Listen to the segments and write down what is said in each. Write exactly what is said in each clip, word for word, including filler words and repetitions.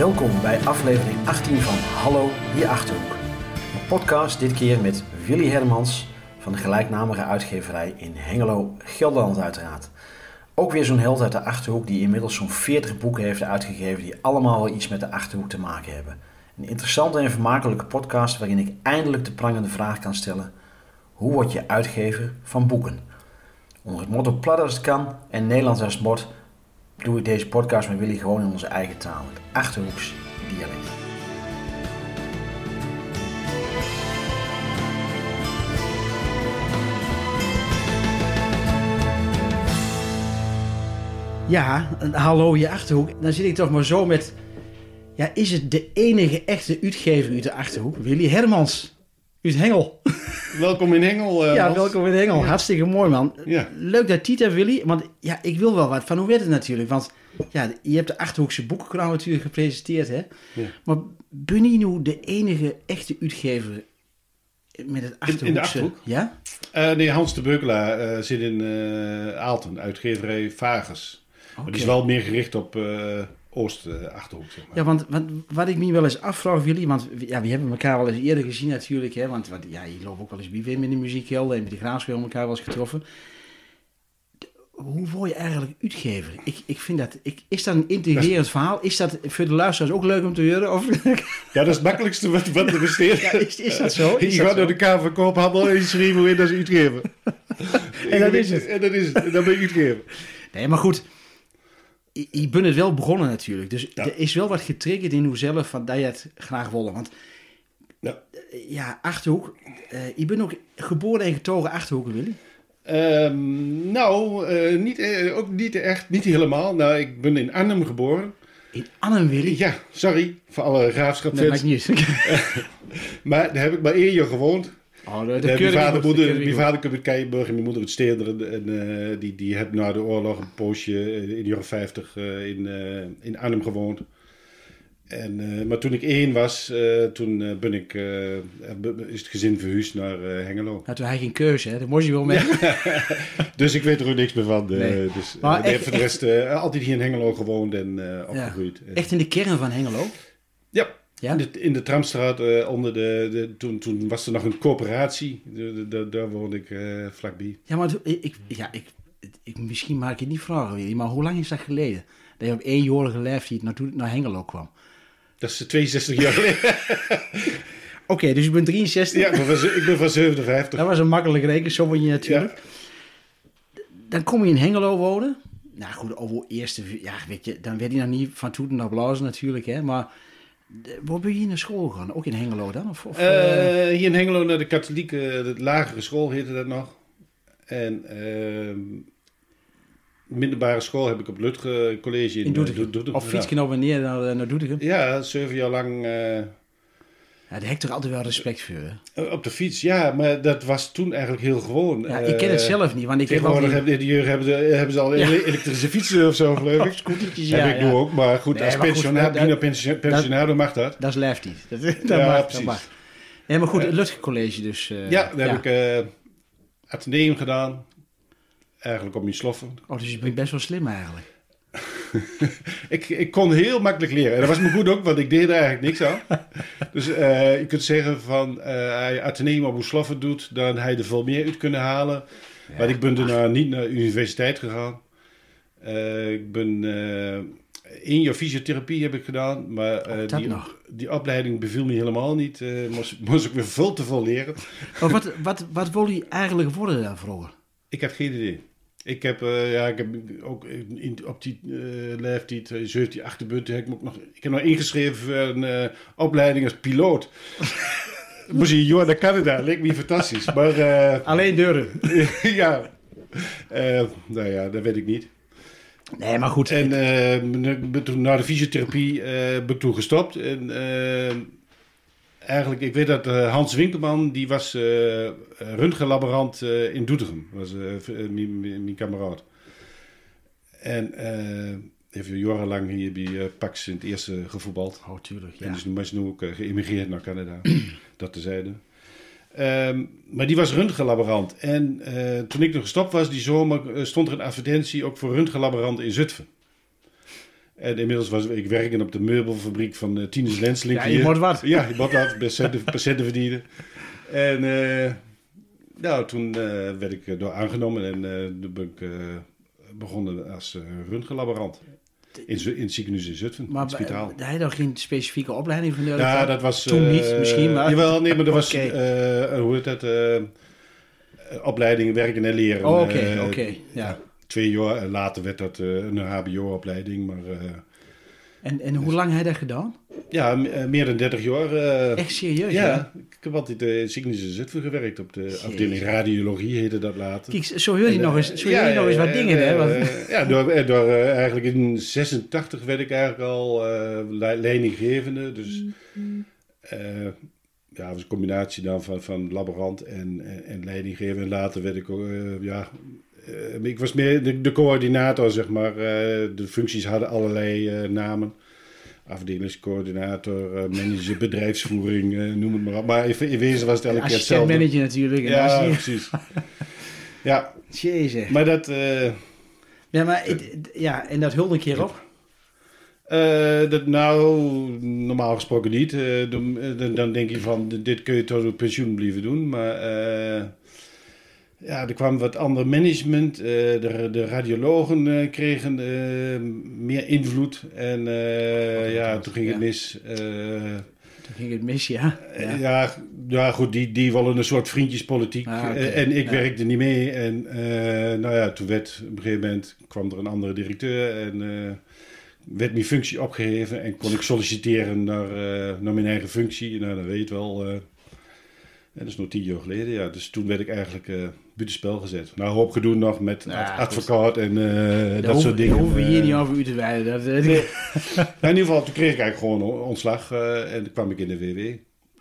Welkom bij aflevering achttien van Hallo, hier Achterhoek. Een podcast dit keer met Willy Hermans van de gelijknamige uitgeverij in Hengelo, Gelderland uiteraard. Ook weer zo'n held uit de Achterhoek die inmiddels zo'n veertig boeken heeft uitgegeven die allemaal wel iets met de Achterhoek te maken hebben. Een interessante en vermakelijke podcast waarin ik eindelijk de prangende vraag kan stellen: hoe word je uitgever van boeken? Onder het motto plat als het kan en Nederlands als het moet doe ik deze podcast met Willy gewoon in onze eigen taal, het Achterhoeks dialect. Ja, hallo je Achterhoek. Dan zit ik toch maar zo met, ja, is het de enige echte uitgever uit de Achterhoek? Willy Hermans uit Hengel. Welkom in Hengel. Uh, ja, welkom in Hengel. Ja. Hartstikke mooi, man. Ja. Leuk dat Tiet hebt, Willy. Want ja, ik wil wel wat van hoe werd het natuurlijk. Want ja, je hebt de Achterhoekse boekenkrant natuurlijk gepresenteerd, hè? Ja. Maar ben je nu de enige echte uitgever met het Achterhoekse? In, in de Achterhoek? Ja? Uh, nee, Hans de Beukelaar uh, zit in uh, Aalten, uitgeverij Vagers. Okay. Maar die is wel meer gericht op uh, Oost-Achterhoek, zeg maar. Ja, want, want wat ik me wel eens afvraag, Willy, want ja, we hebben elkaar wel eens eerder gezien natuurlijk, hè, want, want ja, je loopt ook wel eens bij Wim in de muziekhelden en met de Graafschap elkaar wel eens getroffen. De, hoe word je eigenlijk uitgever? Ik, ik vind dat, ik, is dat een integrerend dat, verhaal? Is dat voor de luisteraars ook leuk om te horen? Of? Ja, dat is het makkelijkste wat, wat er besteedt. Ja, is, is dat zo? Is je dat gaat zo? naar de Kamer van Koophandel en je schreef hoe in dat is uitgever. En dat is het. En dat is het. En dan ben je uitgever. Nee, maar goed. Je bent het wel begonnen natuurlijk. Dus ja. er is wel wat getriggerd in jezelf van dat je het graag wilde. Want ja, ja Achterhoek. Uh, je bent ook geboren en getogen Achterhoeken, Willy? Um, nou, uh, niet, uh, ook niet echt, niet helemaal. Nou, ik ben in Arnhem geboren. In Arnhem, Willy? Ja, sorry voor alle graafschapfans. Dat maakt niet uit. Maar daar heb ik maar één jaar gewoond. Oh, dat mijn dat vader, goed, moeder, dat mijn vader komt uit Keienburg en mijn moeder uit Steenderen. En uh, die, die hebben na de oorlog een poosje in de jaren vijftig uh, in, uh, in Arnhem gewoond. En, uh, maar toen ik één was, uh, toen uh, ben ik, uh, is het gezin verhuisd naar uh, Hengelo. Nou, toen had je geen keuze, hè? Dat moest je wel mee. Ja. Dus ik weet er ook niks meer van. Uh, Nee. Dus uh, Maar ik heb echt, voor de rest uh, altijd hier in Hengelo gewoond en uh, opgegroeid. Ja. Echt in de kern van Hengelo? Ja. Ja? In, de, in de Tramstraat, uh, onder de, de, toen, toen was er nog een coöperatie, de, de, de, daar woonde ik uh, vlakbij. Ja, maar ik, ja, ik, ik, misschien maak ik het niet vragen, Willy, maar hoe lang is dat geleden? Dat je op eenjarige leeftijd naartoe, naar Hengelo kwam? Dat is tweeënzestig jaar geleden. Oké, okay, dus je bent drieënzestig? Ja, ik ben van, ik ben van zevenenvijftig. Dat was een makkelijk rekensommetje natuurlijk. Ja. Dan kom je in Hengelo wonen. Nou goed, over eerste, ja, weet je, dan werd hij nog niet van toeten naar blazen natuurlijk, hè, maar waar ben je hier naar school gegaan? Ook in Hengelo dan? Of, of, uh, uh... Hier in Hengelo naar de katholieke, de lagere school heette dat nog. En uh, middelbare school heb ik op Lutge College in, in Doetinchem. Uh, Doetinchem. Of fiets je nou wanneer naar, naar Doetinchem? Ja, zeven jaar lang. Uh, ja, daar heb ik toch altijd wel respect voor. Hè? Op de fiets, ja, maar dat was toen eigenlijk heel gewoon. Ja, ik ken het zelf niet, want ik heb Tegenwoordig hebben, die, hebben, ze, hebben ze al ja. elektrische fietsen of zo, geloof ik. Scootertjes, ja. ja. Heb ik nu ook, maar goed, nee, als pensionado, pensionado mag dat. Dat is leeftijd. Dat, dat, ja, mag, precies. dat mag. Nee, maar goed, het Lutge College dus. Uh, ja, daar ja. heb ik uh, ateneum gedaan. Eigenlijk op mijn sloffen. Oh, dus je bent best wel slim eigenlijk. ik, ik kon heel makkelijk leren. En dat was me goed ook, want ik deed er eigenlijk niks aan. Dus uh, je kunt zeggen van, uh, hij ateneum op sloffen doet, dan hij er veel meer uit kunnen halen. Ja, maar ik ben daarna niet naar de universiteit gegaan. Uh, ik ben uh, één jaar fysiotherapie heb ik gedaan, maar uh, die, die opleiding beviel me helemaal niet. Uh, moest, moest ik weer veel te veel leren. Maar wat, wat, wat wil je eigenlijk worden dan vroeger? Ik heb geen idee. Ik heb, uh, ja, ik heb ook in, op die uh, leeftijd, uh, zeventien, achttien punten, heb ik, ook nog, ik heb nog ingeschreven voor een uh, opleiding als piloot. Moest je joh, naar Canada, leek me fantastisch. Maar, uh, alleen deuren. ja, uh, nou ja, dat weet ik niet. Nee, maar goed. En uh, toen, na de fysiotherapie uh, ben ik toen gestopt. En uh, eigenlijk, ik weet dat uh, Hans Winkelman, die was uh, röntgenlaborant uh, in Doetinchem. Was uh, mijn kameraad. En uh, heeft jarenlang hier bij uh, Pax in het eerste gevoetbald. Oh, tuurlijk, ja. En dus nu is nu ook uh, geïmigreerd naar Canada. Dat tezijde. Um, maar die was röntgenlaborant. En uh, toen ik nog gestopt was, die zomer, uh, stond er een advertentie ook voor röntgenlaborant in Zutphen. En inmiddels was ik werken op de meubelfabriek van uh, Tinus Lenslink. Ja, je moet wat. Ja, je moet wat, patiënten, patiënten verdienen. En uh, nou, toen uh, werd ik door aangenomen en uh, toen ben ik uh, begonnen als uh, röntgenlaborant. In, in het ziekenhuis in Zutphen, maar in het spitaal. Had je nog geen specifieke opleiding van nodig? Ja, dat was... Toen uh, niet, misschien, maar... Jawel, nee, maar dat was... Okay. Uh, hoe heet dat? Uh, opleiding werken en leren. Oh, oké, okay, uh, oké, okay, ja. Twee jaar, later werd dat uh, een H B O-opleiding, maar... Uh, en, en hoe dus, lang heb je dat gedaan? Ja, m- meer dan dertig jaar. Uh, Echt serieus, ja? Ja, ik heb altijd uh, in het ziekenhuis in Zutphen gewerkt, op de Jezus. afdeling radiologie heette dat later. Kijk, zo hoor je en, nog eens, zo ja, je nog eens wat uh, dingen, uh, hè? Want... Uh, ja, door, door uh, eigenlijk in zesentachtig werd ik eigenlijk al uh, leidinggevende, dus... Uh, ja, het was een combinatie dan van, van laborant en, en, en leidinggever. En later werd ik ook, uh, ja... Uh, ik was meer de, de coördinator, zeg maar. Uh, de functies hadden allerlei uh, namen. Afdelingscoördinator, uh, manager, bedrijfsvoering, uh, noem het maar op. Maar in, in wezen was het elke keer hetzelfde. Assistent-manager natuurlijk. Ja, je... precies. Ja. Jezus. Maar dat... Uh, ja, maar het, ja, en dat hulde een keer op? Uh, dat, nou, normaal gesproken niet. Uh, dan, dan denk je van, dit kun je tot op pensioen blijven doen. Maar uh, ja, er kwam wat ander management. Uh, de, de radiologen uh, kregen uh, meer invloed. En uh, ja, toen ging ja. het mis. Uh, toen ging het mis, ja. Ja, ja, ja goed, die, die wilden een soort vriendjespolitiek. Ah, okay. uh, en ik ja. werkte niet mee. En uh, nou ja, toen werd op een gegeven moment kwam er een andere directeur. En... Uh, werd mijn functie opgeheven en kon ik solliciteren naar, uh, naar mijn eigen functie. Nou, dat weet je wel. Uh, dat is nog tien jaar geleden. Ja. Dus toen werd ik eigenlijk uh, buitenspel gezet. Nou, hoop gedoe nog met ja, advocaat en uh, dat, dat hoef, soort dingen. Daar hoeven we hier uh, niet over u te wijden. Dat, uh, nee. In ieder geval, toen kreeg ik eigenlijk gewoon ontslag uh, en toen kwam ik in de W W.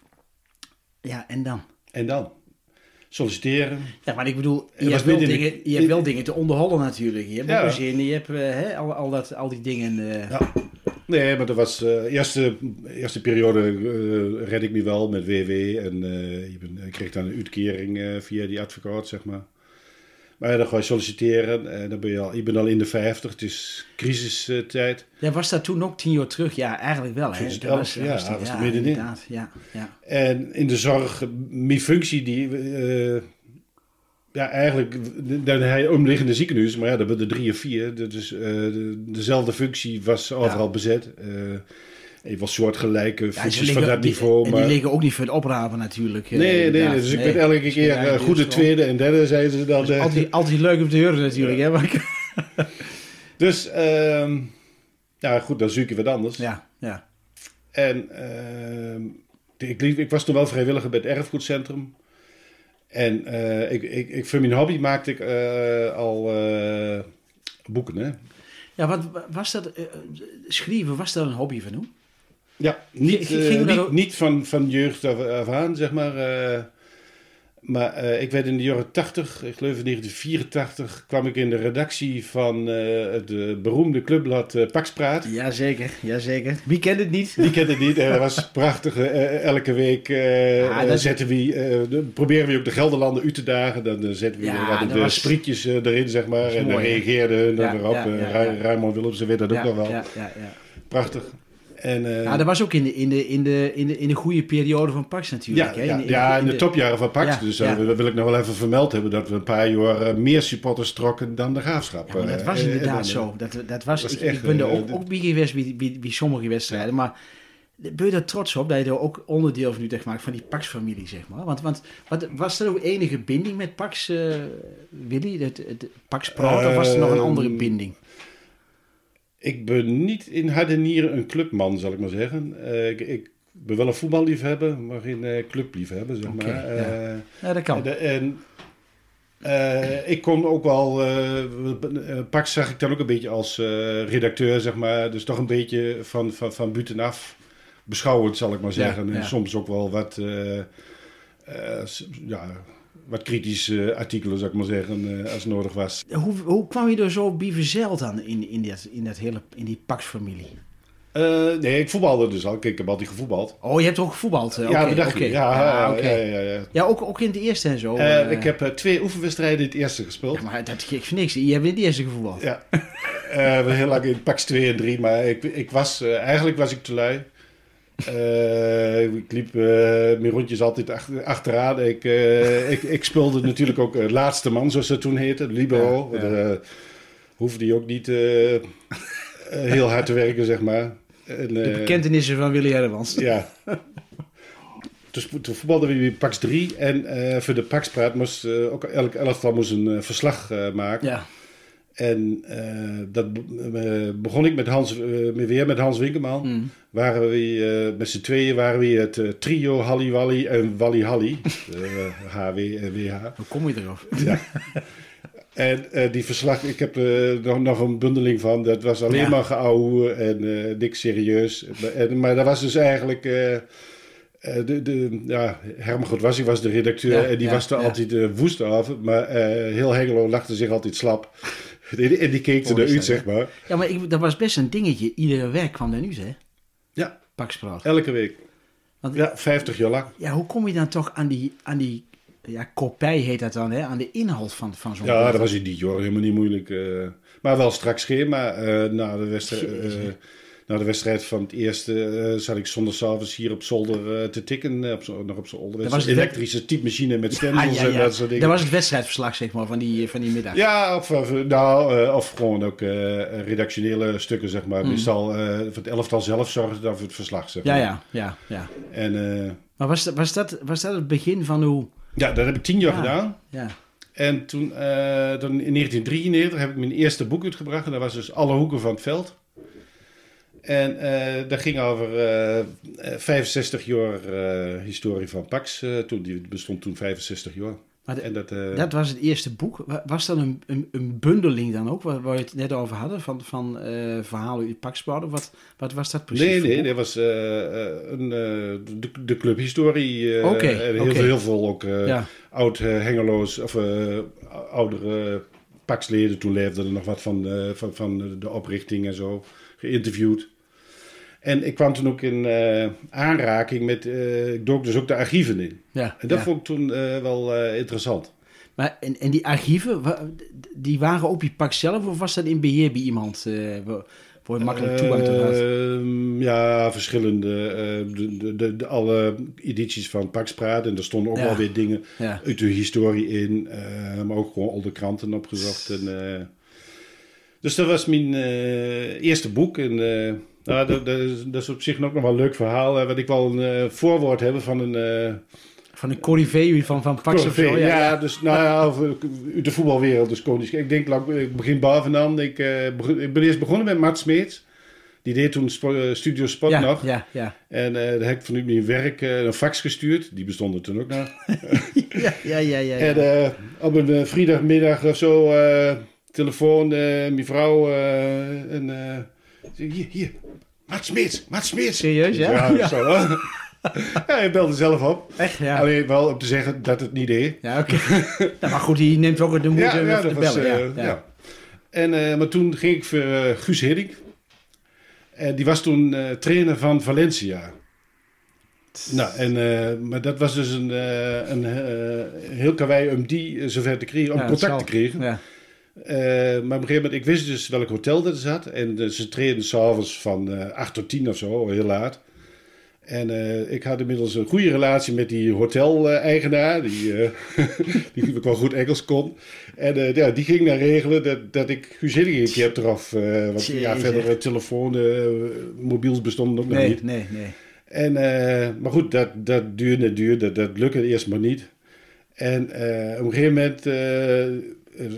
Ja, en dan? En dan? Solliciteren. Ja, maar ik bedoel, je, hebt wel, dingen, je hebt wel dingen te onderhollen natuurlijk. Je hebt ja. ook zin, je hebt uh, hè, al, al, dat, al die dingen... Uh... Ja. Nee, maar dat was... De uh, eerste, eerste periode uh, red ik me wel met W W. En uh, ik, ben, ik kreeg dan een uitkering uh, via die advocaat, zeg maar. Maar ja, dan ga je solliciteren. En dan ben je al, ik ben al in de vijftig. Het is crisistijd. Uh, ja, was dat toen ook tien jaar terug? Ja, eigenlijk wel. Hè? Dat was, ja, dat was, was er middenin. Inderdaad, ja, ja. En in de zorg, mijn functie die... Uh, ja, eigenlijk, dan heb je omliggende ziekenhuis, maar ja, dat werden er drie of vier. Dus uh, de, dezelfde functie was overal ja. bezet. Uh, even soortgelijke ja, functies liggen, van dat die, niveau. En maar... die liggen ook niet voor het oprapen natuurlijk. Nee, nee, nee, dus ik nee. ben elke keer uh, goede tweede en derde, zeiden ze dan. Uh, altijd, altijd leuk om te horen natuurlijk. Ja. Hè, maar... dus, uh, ja goed, dan zoek je wat anders. Ja, ja. En uh, ik, ik was toen wel vrijwilliger bij het erfgoedcentrum. En uh, ik, ik, ik, voor mijn hobby maakte ik uh, al uh, boeken, hè. Ja, wat was dat? Uh, schrijven, was dat een hobby van hoe? Ja, niet, uh, niet, ook... niet van, van jeugd af, af aan, zeg maar. Uh, maar uh, ik werd in de jaren tachtig, ik geloof in negentien vierentachtig, kwam ik in de redactie van uh, het uh, beroemde clubblad uh, Pakspraat. Jazeker, jazeker. Wie kent het niet? Wie kent het niet? Uh, dat was prachtig. Uh, elke week uh, ah, dat... zetten we, uh, proberen we ook de Gelderlanden uit te dagen. Dan uh, zetten we ja, de was... sprietjes uh, erin, zeg maar. En dan reageerden hun ja, erop. Ja, ja, ja, ja. Raymond Willemsen weet dat ja, ook nog wel. Ja, ja, ja. Prachtig. En, uh, nou, dat was ook in de, in de, in de, in de, in de goede periode van Pax natuurlijk. Ja, hè? ja, in, in, ja, in, in de, de topjaren van Pax. Ja, dus ja. uh, dat wil ik nog wel even vermeld hebben. Dat we een paar jaar uh, meer supporters trokken dan de Graafschap. Ja, maar dat was inderdaad uh, dan, zo. Dat, dat was, dat ik, echt, ik ben er ook, uh, ook bij geweest bij, bij, bij sommige wedstrijden. Ja. Maar ben je er trots op dat je er ook onderdeel van nu hebt gemaakt van die Pax-familie, zeg maar? Want, want wat, was er ook enige binding met Pax, uh, Willy? Het, het Pax-praat, uh, of was er nog een andere binding? Ik ben niet in hart en nieren een clubman, zal ik maar zeggen. Uh, ik, ik ben wel een voetballiefhebber, maar geen uh, clubliefhebber, zeg okay, maar. Ja. Uh, ja, dat kan. En, en uh, ik kon ook wel... Uh, uh, Pax zag ik dan ook een beetje als uh, redacteur, zeg maar. Dus toch een beetje van, van, van buitenaf beschouwend, zal ik maar zeggen. Ja, ja. En soms ook wel wat... Uh, uh, ja... Wat kritische artikelen, zou ik maar zeggen, uh, als nodig was. Hoe, hoe kwam je er zo bij verzeild aan in, in, dat, in, dat hele, in die Pax-familie? Uh, nee, ik voetbalde dus al. Kijk, ik heb altijd gevoetbald. Oh, je hebt ook gevoetbald? Uh, ja, okay, bedacht okay. ja, ja, ja, okay. ja, ja, ja. Ja, ook, ook in het eerste en zo? Uh, uh, ik heb uh, twee oefenwedstrijden in het eerste gespeeld. Ja, maar dat geeft niks. Je hebt in het eerste gevoetbald? Ja. Uh, heel lang in Pax twee en drie, maar ik, ik was, uh, eigenlijk was ik te lui. Uh, ik liep uh, mijn rondjes altijd achter, achteraan. Ik, uh, ik, ik speelde natuurlijk ook uh, laatste man, zoals dat toen heette, libero. Ja, ja. Uh, hoefde die ook niet uh, uh, heel hard te werken, zeg maar. En, uh, de bekentenissen van Willy Hermans. Ja. Dus toen voetbalden we in Pax drie en uh, voor de Paxpraat moest uh, ook elk elftal moest een uh, verslag uh, maken. Ja. En uh, dat uh, begon ik met Hans, uh, weer met Hans Winkelman. Mm. Waren we uh, met z'n tweeën waren we het uh, trio Halli Walli en Walli Halli. uh, H W W H. Hoe kom je erop? Ja. En uh, die verslag, ik heb er nog, nog een bundeling van. Dat was alleen ja. maar geouwe en uh, niks serieus. En, maar dat was dus eigenlijk... Uh, Uh, de, de, ja, Herman Godwassi was de redacteur ja, en die ja, was er ja. altijd uh, woest over. Maar uh, heel Hengelo lachte zich altijd slap. En die keek er naar uit, zeg maar. Ja, maar ik, dat was best een dingetje. Iedere week kwam er nu, hè? Ja. Pakspraat. Elke week. Want, ja, vijftig jaar lang. Ja, hoe kom je dan toch aan die, aan die ja, kopij heet dat dan, hè? Aan de inhoud van, van zo'n... Ja, dat was in die jaar helemaal niet moeilijk. Uh, maar wel strak schema. Uh, na de wedstrijd... Uh, Na de wedstrijd van het eerste uh, zat ik zondagavond hier op zolder uh, te tikken. Uh, op zo, nog op zolder. Dat was een elektrische typemachine met stendels ja, ja, ja. en dat soort dingen. Dat was het wedstrijdverslag, zeg maar, van die, van die middag. Ja, of, of, nou, uh, of gewoon ook uh, redactionele stukken, zeg maar. Mm. Meestal uh, voor het elftal zelf zorgde dan voor het verslag, zeg maar. Ja, ja, ja. ja. En, uh, maar was dat, was, dat, was dat het begin van hoe... Ja, dat heb ik tien jaar ja, gedaan. Ja. En toen, uh, dan in negentien drieënnegentig heb ik mijn eerste boek uitgebracht. En dat was dus Alle Hoeken van het Veld. En uh, dat ging over uh, vijfenzestig jaar uh, historie van Pax. Uh, toen, die bestond toen vijfenzestig jaar. Maar de, en dat, uh, dat was het eerste boek. Was dat een, een, een bundeling dan ook, waar, waar je het net over hadden, van, van uh, verhalen uit Paxbouw? Wat, wat was dat precies? Nee, nee, dat was uh, een, uh, de, de clubhistorie. Uh, okay, en heel, okay. veel, heel veel ook uh, ja. oud uh, Hengeloos, of uh, oudere Paxleden. Toen leefde er nog wat van, uh, van, van de oprichting en zo, geïnterviewd. En ik kwam toen ook in uh, aanraking met, uh, ik dook dus ook de archieven in. Ja, en dat ja. vond ik toen uh, wel uh, interessant. Maar en, en die archieven, die waren op je pak zelf of was dat in beheer bij iemand? Uh, voor je makkelijk toegang te had? Uh, ja, verschillende. Uh, de, de, de, de, alle edities van Paxpraat. En er stonden ook ja. wel weer dingen ja. uit de historie in. Uh, maar ook gewoon al de kranten opgezocht. En, uh, dus dat was mijn uh, eerste boek. En... Uh, Nou, dat, dat, is, dat is op zich ook nog wel een leuk verhaal. Uh, wat ik wel een uh, voorwoord hebben van een... Uh, van een corrivee van, van Pax of zo. Ja, ja, dus nou ja, over, uit de voetbalwereld. Dus koning. Ik denk, ik begin bovenaan. Ik, uh, begon, ik ben eerst begonnen met Mart Smeets. Die deed toen spo, uh, Studio Spot ja, nog. Ja, ja. En uh, daar heb ik vanuit mijn werk uh, een fax gestuurd. Die bestonden toen ook nog. ja, ja, ja, ja. En uh, op een uh, vrijdagmiddag of zo... Uh, telefoon, uh, mijn vrouw... Uh, en uh, hier, hier... Mart Smeets, Mart Smeets. Serieus, ja? Ja, ja. Zo, ja, je belde zelf op. Echt, ja. Alleen wel om te zeggen dat het niet deed. Ja, oké. Okay. nou, maar goed, die neemt ook de moeite ja, ja, te was, bellen. Uh, ja, ja. ja. En, uh, maar toen ging ik voor uh, Guus Hiddink. En die was toen uh, trainer van Valencia. Nou, en, uh, maar dat was dus een, uh, een uh, heel karwei om die uh, zover te krijgen, om ja, contact te krijgen. Ja. Uh, maar op een gegeven moment, ik wist dus welk hotel dat zat. En uh, ze treden s'avonds van uh, acht tot tien of zo, heel laat. En uh, ik had inmiddels een goede relatie met die hotel-eigenaar, die, uh, die wel goed Engels kon. En uh, ja, die ging dan regelen dat, dat ik Guus Hiddink een keer trof. Uh, want Jeetje. ja, verder uh, telefoon, uh, mobiels bestonden ook nog nee, niet. Nee, nee, en uh, maar goed, dat, dat duurde, duurde, dat lukte eerst maar niet. En uh, op een gegeven moment... Uh,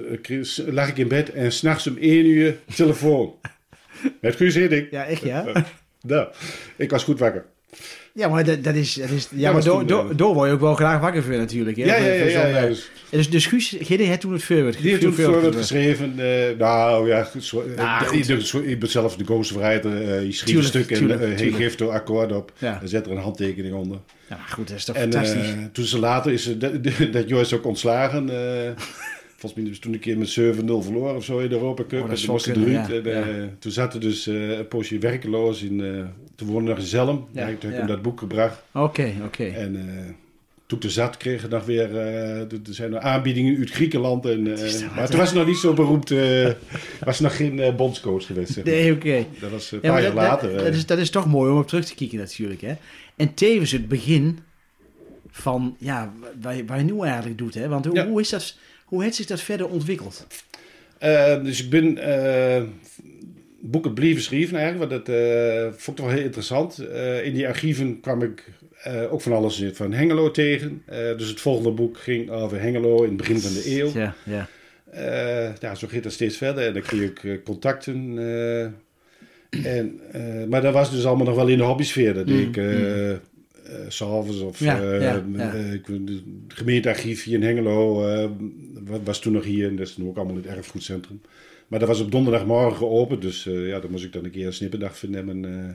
lag ik in bed en s'nachts om één uur telefoon. Met Guus Hiddink. Ja, echt ja? Nou, ik was goed wakker. Ja, maar dat, dat is... Dat is ja, ja maar door, door, door word je ook wel graag wakker voor natuurlijk. Hè? Ja, ja, ja. ja, ja, ja. Dus, dus Guus Hiddink heeft toen het voorwoord geschreven? Die heeft toen het voorwoord geschreven. Uh, nou ja, zo, nah, je bent zelf de ghostwriter. Uh, je schreef een stuk en uh, hij geeft er akkoord op. Ja. En zet er een handtekening onder. Ja, maar goed, dat is toch en, fantastisch. Uh, toen ze later is dat, dat Joyce ook ontslagen... Uh, Volgens mij dus toen een keer met zeven nul verloren of zo in de Europa Cup. Oh, en toen moesten eruit. Ja, en, uh, ja. Toen zaten dus uh, een poosje werkeloos. In, uh, toen woonde nog in Zelm. Ja, Daar heb ik ja. hem dat boek gebracht. Oké, okay, oké. Okay. En uh, toen ik de zat kreeg, nog weer, uh, er zijn er aanbiedingen uit Griekenland. En, uh, maar toen was het nog niet zo beroemd, uh, was nog geen uh, bondscoach geweest. Zeg maar. Nee, oké. Okay. Dat was een ja, paar jaar dat, later. Dat, dat, is, dat is toch mooi om op terug te kijken natuurlijk. Hè? En tevens het begin van ja, wat, je, wat je nu eigenlijk doet. Hè? Want hoe, ja. hoe, is dat, hoe heeft zich dat verder ontwikkeld? Uh, dus ik ben uh, boeken blijven schrijven eigenlijk, want dat uh, vond ik wel heel interessant. Uh, in die archieven kwam ik uh, ook van alles van Hengelo tegen. Uh, dus het volgende boek ging over Hengelo in het begin van de eeuw. Ja, ja. Uh, ja, zo gaat dat steeds verder en dan kreeg ik uh, contacten. Uh, en, uh, maar dat was dus allemaal nog wel in de hobbysfeer. Dat deed ik uh, uh, s'avonds of ja, uh, ja, ja. Uh, het gemeentearchief hier in Hengelo uh, was toen nog hier. En dat is nu ook allemaal in het erfgoedcentrum. Maar dat was op donderdagmorgen geopend. Dus uh, ja, dan moest ik dan een keer een snipperdag vernemen. Uh.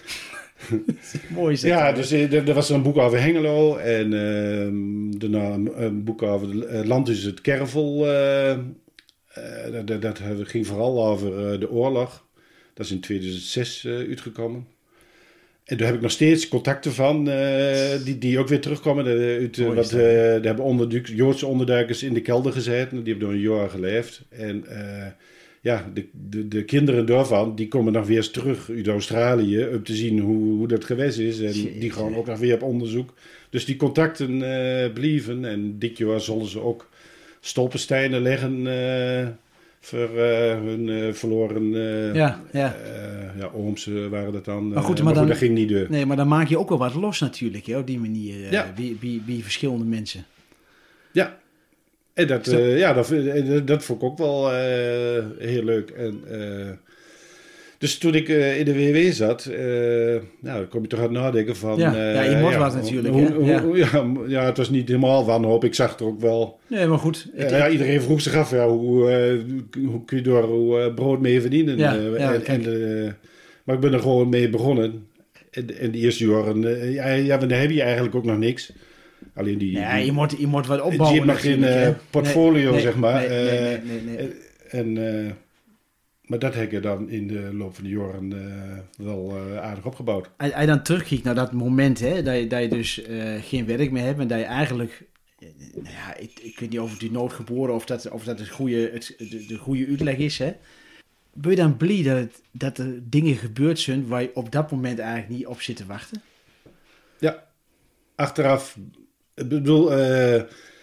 Mooi is dat. Ja, dus er, er was een boek over Hengelo. En uh, daarna een, een boek over uh, Land is het Kervel. Uh, uh, dat, dat ging vooral over uh, de oorlog. Dat is in tweeduizend zes uh, uitgekomen. En daar heb ik nog steeds contacten van, uh, die, die ook weer terugkomen. De, uit, uh, wat, uh, daar hebben onderduik, Joodse onderduikers in de kelder gezeten. Die hebben door een jaar geleefd. En uh, ja, de, de, de kinderen daarvan, die komen nog weer eens terug uit Australië. Om te zien hoe, hoe dat geweest is. En Jeetje. Die gaan ook nog weer op onderzoek. Dus die contacten uh, blijven. En dit jaar zullen ze ook stolpensteinen leggen... Uh, voor uh, hun uh, verloren uh, ja, ja. Uh, ja, ooms uh, waren dat dan. Maar goed, uh, maar, maar goed, dan, dat ging niet door. Nee, maar dan maak je ook wel wat los natuurlijk, hè, op die manier. Uh, ja. bij, bij, bij verschillende mensen. Ja. En dat, dat... Uh, ja, dat, dat, dat vond ik ook wel uh, heel leuk. En, uh, dus toen ik uh, in de W W zat, uh, nou, dan kom je toch aan het nadenken van... Ja, uh, ja je moet ja, wat natuurlijk. Hoe, hè? hoe, ja. Hoe, ja, ja, het was niet helemaal wanhoop. Ik zag er ook wel... Nee, maar goed. Het, uh, ja, iedereen vroeg zich af, ja, hoe, uh, hoe kun je door hoe, uh, brood mee verdienen? Ja, uh, ja, en, en, uh, maar ik ben er gewoon mee begonnen. En, en de eerste jaren, uh, ja, ja, dan heb je eigenlijk ook nog niks. Alleen die... Ja, die, je, moet, je moet wat opbouwen. Je hebt nog geen uh, portfolio, nee, nee, zeg maar. Nee, nee, nee, nee, nee. Uh, en... Uh, Maar dat heb je dan in de loop van de jaren uh, wel uh, aardig opgebouwd. Als je dan terugkijkt naar dat moment, hè, dat, je, dat je dus uh, geen werk meer hebt en dat je eigenlijk, nou ja, ik, ik weet niet of het u nood geboren of dat, of dat het goede, het, de, de goede uitleg is, hè. Ben je dan blij dat, het, dat er dingen gebeurd zijn waar je op dat moment eigenlijk niet op zit te wachten? Ja, achteraf, ik bedoel... Uh,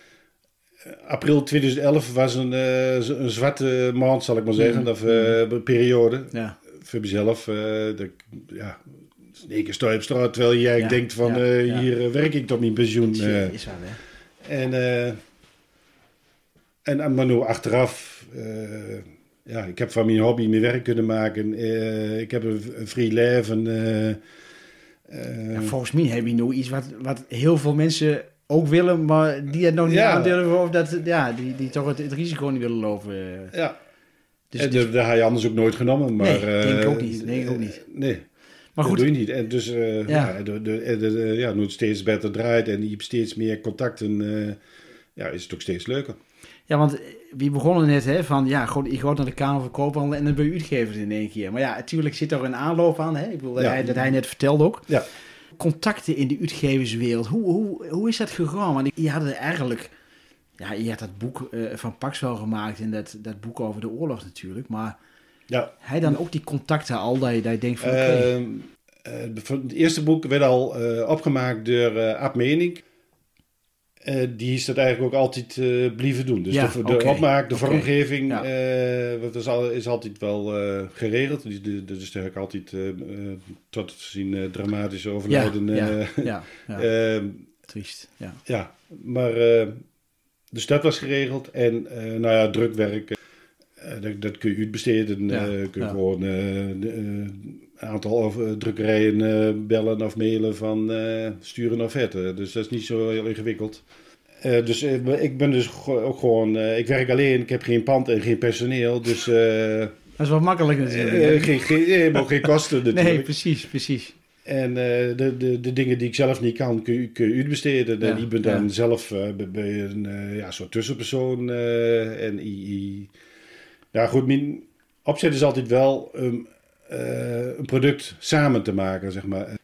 april tweeduizend elf was een, uh, een zwarte maand, zal ik maar zeggen, mm. of uh, periode. Ja. Voor mezelf. Uh, dat, ja, in één keer sta je op straat terwijl jij ja. denkt van, ja. Uh, ja. hier uh, werk ik tot mijn pensioen. Uh, is waar, hè? En, uh, en maar nu achteraf, uh, ja, ik heb van mijn hobby mijn werk kunnen maken. Uh, ik heb een, een free leven. Uh, uh, ja, volgens mij heb je nu iets wat, wat heel veel mensen... ook willen, maar die het nog niet ja. aandurven of dat, ja, die, die toch het, het risico niet willen lopen. Ja. Dus, en dus... dat had je anders ook nooit genomen. Maar, nee, denk ik ook niet. Denk ik ook niet. Uh, nee. Maar goed. Dat doe je niet. En dus, uh, ja, ja, de, de, de, de, ja, nu het steeds beter draait en je hebt steeds meer contacten, uh, ja, is het ook steeds leuker. Ja, want we begonnen net, hè, van ja, goed, ik ga naar de Kamer van Koophandel en dan ben je uitgever in één keer. Maar ja, natuurlijk zit er een aanloop aan, hè. Ik bedoel, ja. hij, dat hij net vertelde ook. Ja. Contacten in de uitgeverswereld, hoe, hoe, hoe is dat gegaan? Want je had er eigenlijk, ja, je had dat boek uh, van Paxwell gemaakt en dat, dat boek over de oorlog natuurlijk, maar ja. hij dan ook die contacten al, dat je, dat je denkt van, oké. Okay. Uh, uh, het eerste boek werd al uh, opgemaakt door uh, Ab Mening. Uh, die is dat eigenlijk ook altijd uh, blijven doen. Dus ja, de, de okay. opmaak, de okay. vormgeving, ja. uh, dat is, al, is altijd wel uh, geregeld. Dus, dus daar heb ik altijd uh, uh, tot zien uh, dramatische overlijden. Ja, uh, ja, ja, ja. uh, Triest, ja. Ja, maar uh, dus dat was geregeld. En uh, nou ja, drukwerk, uh, dat, dat kun je uitbesteden. Ja, uh, kun je ja. gewoon een uh, aantal over, drukkerijen uh, bellen of mailen van uh, sturen offerte. Dus dat is niet zo heel ingewikkeld. Uh, dus uh, ik ben dus ook gewoon, uh, ik werk alleen, ik heb geen pand en geen personeel. Dus, uh, dat is wel makkelijk natuurlijk. Uh, geen, geen, nee, maar ook geen kosten natuurlijk. Nee, precies, precies. En uh, de, de, de dingen die ik zelf niet kan, kun je, kun je uitbesteden. Ja, en ik ben dan ja. zelf uh, bij een uh, ja, soort tussenpersoon. Uh, en I, I, ja, goed, mijn opzet is altijd wel um, uh, een product samen te maken, zeg maar.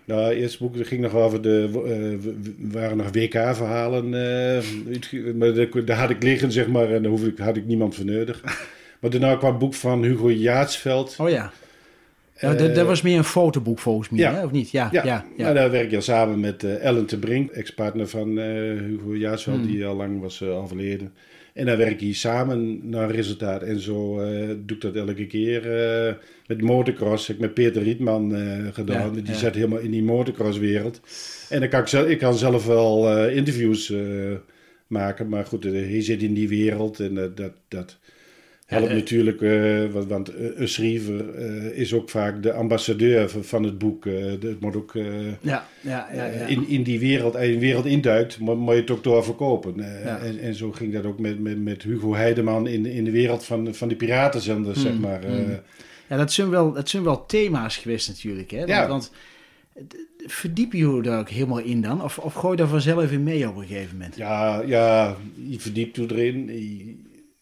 Nou, het eerste boek ging nog over de... Uh, waren nog W K-verhalen. Uh, maar daar had ik liggen, zeg maar. En daar hoef ik, had ik niemand voor nodig. Maar daarna kwam het boek van Hugo Jaatsveld. Oh ja. Nou, dat, dat was meer een fotoboek volgens mij, ja. hè? Of niet? Ja, ja. ja, ja. Nou, daar werk je al samen met uh, Ellen te Brink, ex-partner van uh, Hugo Jaatsveld, hmm. die al lang was uh, overleden. En dan werk je samen naar resultaat. En zo uh, doe ik dat elke keer. Uh, met motocross heb ik met Peter Rietman uh, gedaan. Ja, die ja. zat helemaal in die motocrosswereld. En dan kan ik, zelf, ik kan zelf wel uh, interviews uh, maken. Maar goed, uh, hij zit in die wereld. En uh, dat... dat helpt ja, uh, natuurlijk, uh, want, want een schrijver uh, is ook vaak de ambassadeur van, van het boek. Uh, het moet ook uh, ja, ja, ja, ja. In, in die wereld, als je een wereld induikt, moet, moet je het ook doorverkopen. Uh, ja. en, en zo ging dat ook met, met, met Hugo Heideman in, in de wereld van, van die piratenzenders, hmm, zeg maar. Uh, hmm. Ja, dat zijn, wel, dat zijn wel thema's geweest natuurlijk. Hè? Want, ja. want verdiep je je daar ook helemaal in dan? Of, of gooi je daar vanzelf in mee op een gegeven moment? Ja, ja je verdiept je erin. Je,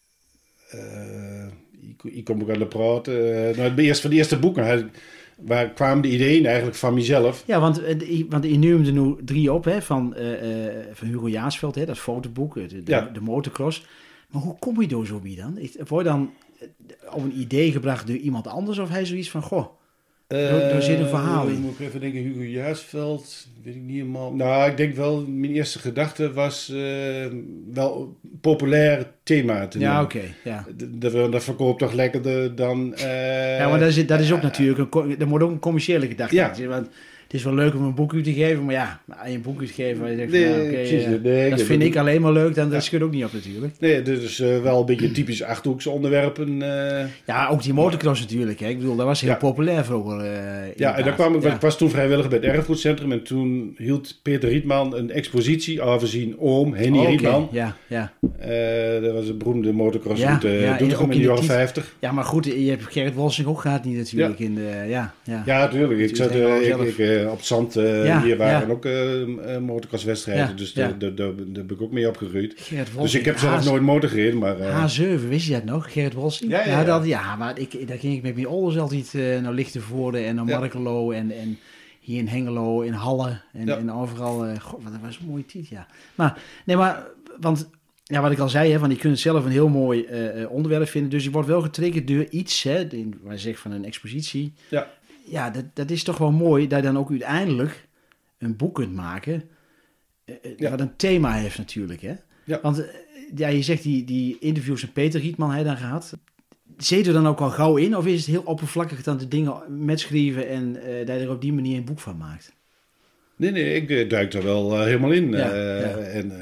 Uh, ik, ik kom ook aan de praten. Uh, nou, eerst van de eerste boeken, waar kwamen de ideeën eigenlijk van mezelf? Ja, want, want je noemde nu drie op, hè, van, uh, uh, van Hugo Jaatsveld, hè, dat fotoboek, de, de, ja. de motocross. Maar hoe kom je door zo bij dan? Word je dan op een idee gebracht door iemand anders, of hij zoiets van, goh, er uh, zit een verhaal in? Moet ik even denken, Hugo Jaatsveld, weet ik niet helemaal. Nou, ik denk wel, mijn eerste gedachte was uh, wel een populair thema te nemen. Ja, oké. Okay, ja. dat, dat verkoopt toch lekkerder dan... Uh, ja, maar dat is, dat is ook uh, natuurlijk, een, dat moet ook een commerciële gedachte ja. zijn. Want het is wel leuk om een boek uit te geven, maar ja, aan je een boek uit te geven waar je denkt, nee, van, nou, okay, uh, nee, dat vind ik alleen maar leuk, dan ja. dat schudt ook niet op natuurlijk. Nee, dit is uh, wel een beetje typisch Achterhoekse onderwerpen. Uh, ja, ook die motocross natuurlijk. Hè. Ik bedoel, dat was heel ja. populair vroeger. Uh, ja, en daar kwam ik, ja. ik was toen vrijwilliger bij het Erfgoedcentrum en toen hield Peter Rietman een expositie over zijn oom, Henny oh, Rietman. Okay. Ja, ja. Uh, dat was een beroemde motocross ja, uh, ja, doet in de jaren vijftig. Ja, maar goed, je hebt Gerrit Wolsing ook gehad niet natuurlijk. Ja, in de, ja, ja. ja natuurlijk. Ik zat uh, ik, ik, uh, op het zand... Uh, Ja, hier waren ja. ook uh, motocrosswedstrijden, ja, dus daar ja. ben ik ook mee opgegroeid. Dus ik heb zelf H- nooit motor gereden, maar... Uh... H zeven, wist je dat nog? Gerrit Wolsing? Ja, ja, ja. ja, dat, ja maar ik, daar ging ik met mijn ouders altijd uh, naar Lichtenvoorde en naar ja. Markelo en, en hier in Hengelo, in Halle en, ja. en overal. Uh, God, dat was een mooie tijd, ja. Maar, nee, maar, want... Ja, wat ik al zei, hè, van je kunt het zelf een heel mooi uh, onderwerp vinden, dus je wordt wel getriggerd door iets, hè, in, waar je zegt van een expositie. Ja. Ja, dat, dat is toch wel mooi, dat je dan ook uiteindelijk een boek kunt maken, uh, ja. wat een thema heeft natuurlijk, hè? Ja. Want uh, ja, je zegt die, die interviews met Peter Rietman hij dan gehad. Zit er dan ook al gauw in, of is het heel oppervlakkig dan de dingen met schrijven en uh, dat je er op die manier een boek van maakt? Nee, nee, ik uh, duik er wel uh, helemaal in. Ja, uh, ja. En uh,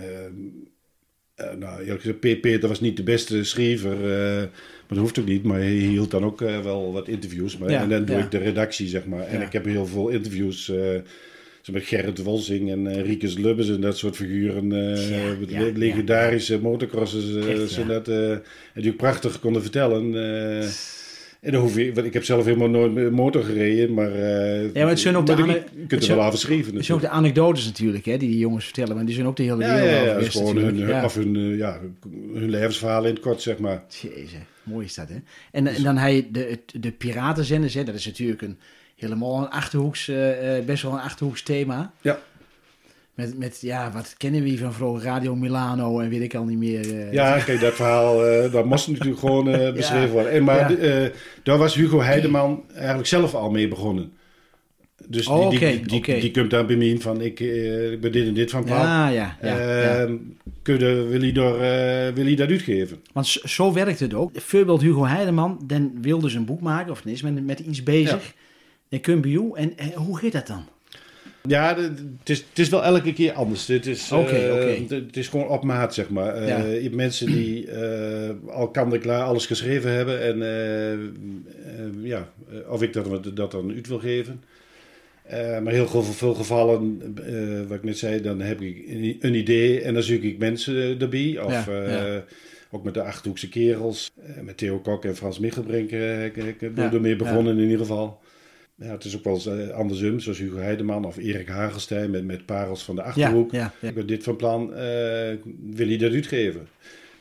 uh, nou, eerlijk gezegd, Peter was niet de beste schrijver, uh, maar dat hoeft ook niet. Maar hij hield dan ook uh, wel wat interviews. Maar, ja, en dan doe ja. ik de redactie, zeg maar. En ja. ik heb heel veel interviews... Uh, Zo met Gerrit Wolsing en uh, Riekes Lubbers en dat soort figuren. Uh, ja, ja, legendarische ja. motocrossers. Uh, Echt, ja. dat, uh, en die ook prachtig konden vertellen. Uh, en dan hoef je, want ik heb zelf helemaal nooit motor gereden, maar, uh, ja, maar het zijn ook de ane- je kunt er wel aan schrijven. Het zijn ook de anecdotes natuurlijk, hè, die die jongens vertellen, maar die zijn ook de hele ja, wereld ja, over ja, geweest gewoon hun, ja. of hun, uh, ja, hun levensverhaal in het kort, zeg maar. Jezus, mooi is dat, hè. En, dus, en dan hij de, de piratenzenders, hè, dat is natuurlijk een helemaal een Achterhoeks, uh, best wel een Achterhoeks thema. Ja. Met, met, ja, wat kennen we van vroeger? Radio Milano en weet ik al niet meer. Uh, ja, kijk, dat verhaal, uh, dat moest natuurlijk gewoon uh, beschreven ja. worden. En, maar ja. uh, daar was Hugo Heideman eigenlijk zelf al mee begonnen. Dus oh, die, okay, die, die, okay. die komt dan bij me in van, ik, uh, ik ben dit en dit van plan. Ja, ja, ja, uh, ja. Kun je, wil, hij door, uh, wil hij dat uitgeven? Want zo, zo werkt het ook. Bijvoorbeeld Hugo Heideman, dan wil dus een boek maken, of is met, met iets bezig. Ja. Dan kun je bij jou. En, en hoe gaat dat dan? Ja, het is, het is wel elke keer anders. Het is, okay, uh, okay. het is gewoon op maat, zeg maar. Uh, ja. Je hebt mensen die uh, al kan ik klaar alles geschreven hebben. En uh, uh, ja, of ik dat, dat dan uit wil geven. Uh, maar heel veel gevallen, uh, wat ik net zei, dan heb ik een idee en dan zoek ik mensen erbij. Of ja, ja. Uh, ook met de Achterhoekse kerels. Uh, met Theo Kok en Frans Michelbrink uh, ik, ik ben ja, ermee begonnen ja. in ieder geval. Ja, het is ook wel eens uh, andersom, zoals Hugo Heideman of Erik Hagelstein met, met Parels van de Achterhoek. Ja, ja, ja. Ik ben dit van plan, uh, wil hij dat uitgeven?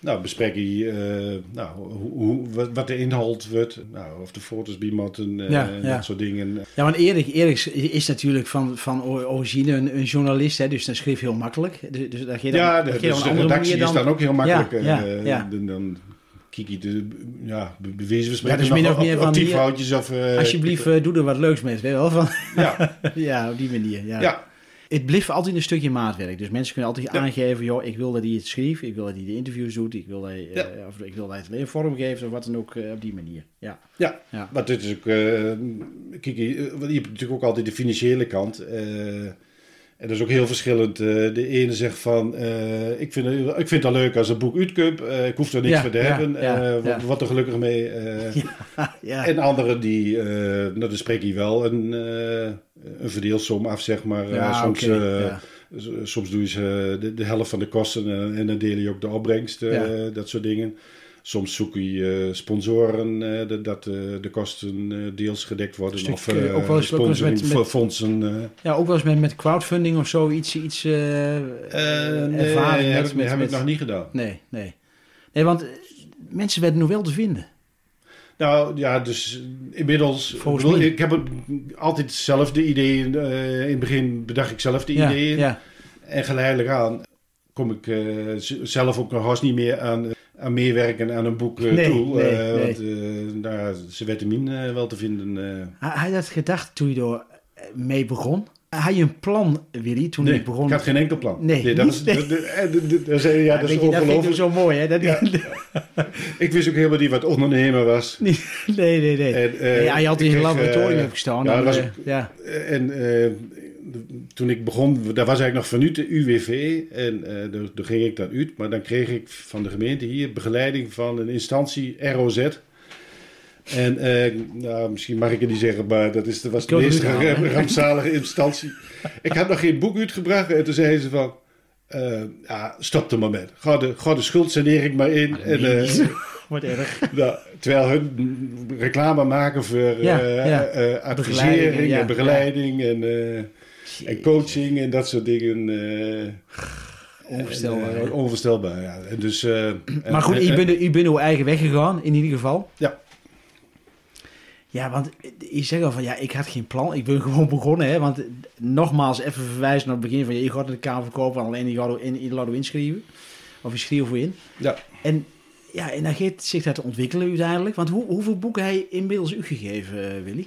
nou, bespreek je uh, nou, hoe, hoe, wat, wat de inhoud wordt. Nou, of de foto's bij moeten, uh, ja, ja. dat soort dingen. Ja, want Erik, Erik is natuurlijk van, van origine een, een journalist, hè, dus dat schreef heel makkelijk. Dus, dus dat geeft ja, dan, de, dat dus de redactie dan... is dan ook heel makkelijk. Ja, ja, uh, ja. Dan, dan kijk je de, ja, bewezen we spreken ja, dus min of meer op, van op die foutjes. Of, uh, alsjeblieft, uh, doe er wat leuks mee, weet je wel. Van, ja. ja, op die manier, ja. ja. Het blijft altijd een stukje maatwerk. Dus mensen kunnen altijd ja. aangeven, joh, ik wil dat hij het schreef, ik wil dat hij de interviews doet, ik wil dat hij, ja. uh, of ik wil dat hij het alleen vorm geeft, of wat dan ook, uh, op die manier. Ja, ja. ja. Maar dit is ook, uh, kijk, je, je hebt natuurlijk ook altijd de financiële kant. Uh, en dat is ook heel verschillend. Uh, de ene zegt van, uh, ik, vind, ik vind het leuk als een boek uitkomt, uh, ik hoef er niks ja, voor te ja, hebben, ja, uh, ja. wat er gelukkig mee. Uh, ja, ja. En anderen die, uh, nou dan spreek je wel een, uh, een verdeelsom af, zeg maar. Ja, uh, soms, okay, uh, ja. soms doe je ze de, de helft van de kosten uh, en dan deel je ook de opbrengst, uh, ja. dat soort dingen. Soms zoek je uh, sponsoren uh, de, dat uh, de kosten uh, deels gedekt worden. Stuk, of uh, ook wel eens, sponsoring met, met, fondsen. Uh. Ja, ook wel eens met, met crowdfunding of zo iets, iets uh, uh, nee, ervaring. heb, met, ik, met, heb met, ik nog niet gedaan. Nee, nee. Nee, want mensen werden nog wel te vinden. Nou ja, dus inmiddels... Volgens bedoel, mij. ik heb het, altijd zelf de ideeën... Uh, in het begin bedacht ik zelf de ja, ideeën. Ja. En geleidelijk aan kom ik uh, zelf ook nog haast niet meer aan, aan meewerken aan een boek uh, nee, toe. Nee, uh, nee. Want uh, nou, ze werd min uh, wel te vinden. Uh. Had je dat gedacht toen je er mee begon? Had je een plan, Willy, toen nee, je begon? ik had geen enkel plan. Nee, nee dat niet, is, nee. de, de, de, de, de, de, ja, ja, dat is je, dat vind ik zo mooi, hè? Dat ja. Ik wist ook helemaal niet wat ondernemer was. Nee, nee, nee. nee. En, uh, nee ja, je had in een laboratorium uh, gestaan. Ja, dan, was, uh, ja. En uh, toen ik begon, daar was eigenlijk nog vanuit de U W V. En uh, daar, daar ging ik dan uit. Maar dan kreeg ik van de gemeente hier begeleiding van een instantie, R O Z. En uh, nou, misschien mag ik het niet zeggen, maar dat, is, dat was de meest rampzalige instantie. Ik had nog geen boek uitgebracht en toen zeiden ze van... Uh, ja, stop er maar met. Ga de, ga de schuldsanering maar in. En, uh, Wat erg. Nou, terwijl hun reclame maken voor ja, uh, ja. Uh, advisering ja, en begeleiding ja. en, uh, en coaching en dat soort dingen. Uh, onvoorstelbaar. En, uh, onvoorstelbaar, ja. En dus, uh, maar goed, uh, je bent, je bent uw eigen weg gegaan, in ieder geval. Ja. Ja, want je zegt al van, ja, ik had geen plan. Ik ben gewoon begonnen, hè. Want nogmaals, even verwijzen naar het begin van... je gaat de kamer verkopen, alleen je gaat in, in laten inschrijven. Of je schreef voor in. Ja. En, ja, en dan gaat zich dat ontwikkelen uiteindelijk. Want hoe, hoeveel boeken heb je inmiddels u gegeven, uh, Willy?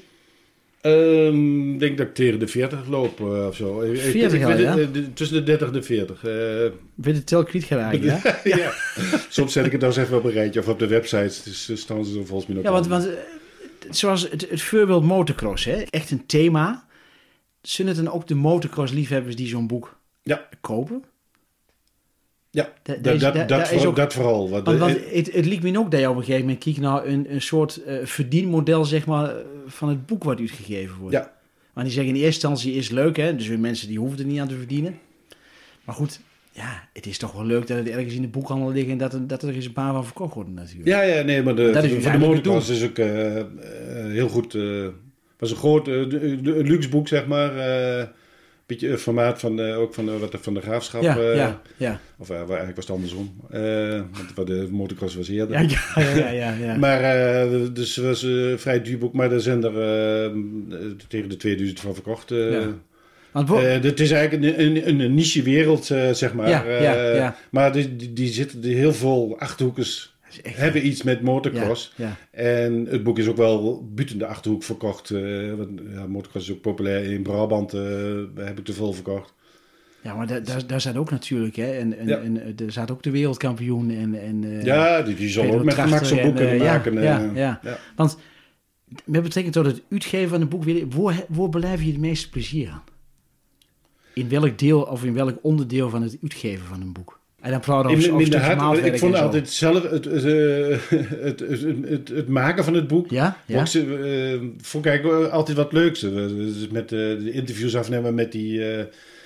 Um, ik denk dat ik tegen de veertig loop uh, of zo. veertig al, ja? De, de, tussen de dertig en de veertig. Uh, ben je de tel kwijt geraakt, ja? ja. ja. Soms zet ik het dan eens even op een rijtje of op de websites. Dus staan ze er volgens mij nog ja, want, want zoals het, het voorbeeld motocross, hè? Echt een thema. Zullen het dan ook de motocross-liefhebbers die zo'n boek ja. kopen? Ja, da, da, is, dat, da, dat, voor, ook, dat vooral. Want, want, want het, het liet me ook dat je op een gegeven moment kijkt naar een, een soort uh, verdienmodel, zeg maar, van het boek wat uitgegeven wordt. Ja. Want die zeggen in eerste instantie is leuk, hè? Dus weer mensen die hoeven er niet aan te verdienen. Maar goed, ja, het is toch wel leuk dat het ergens in de boekhandel ligt en dat er, dat er eens een paar van verkocht worden natuurlijk. Ja, ja, nee, maar de, dat voor, is voor de motocross is ook uh, uh, heel goed. Het uh, was een groot, uh, de, de, een luxe boek, zeg maar. Uh, beetje uh, formaat van uh, ook van, uh, wat van de graafschap. Ja, uh, ja, ja. Of uh, eigenlijk was het andersom. Uh, want de motocross was eerder. Ja, ja, ja, ja, ja. Maar uh, dus het was een uh, vrij duur boek, maar er zijn er uh, tegen de tweeduizend van verkocht. Uh, ja. Want bo- uh, het is eigenlijk een, een, een niche wereld, uh, zeg maar. Ja, ja, ja. Uh, maar die, die, die zitten die heel veel achterhoekers. Hebben iets met motocross. Ja, ja. En het boek is ook wel buiten de Achterhoek verkocht. Uh, want, ja, motocross is ook populair in Brabant. Uh, heb ik te veel verkocht. Ja, maar da, da, daar zat ook natuurlijk, hè. En, en, ja. en er zat ook de wereldkampioen. En, en, uh, ja, die, die zal ook met gemak zo'n boek kunnen uh, maken. Ja, ja, ja. ja. Want met betrekking tot het uitgeven van een boek, waar, waar beleef je het meeste plezier aan? In welk deel of in welk onderdeel van het uitgeven van een boek? En dan praten we over, over de hart, ik vond en altijd zelf het, het, het, het, het, het maken van het boek. Ja, ja. Vond, ik, uh, vond ik eigenlijk altijd wat leuks. Dus met uh, de interviews afnemen met die uh, uh,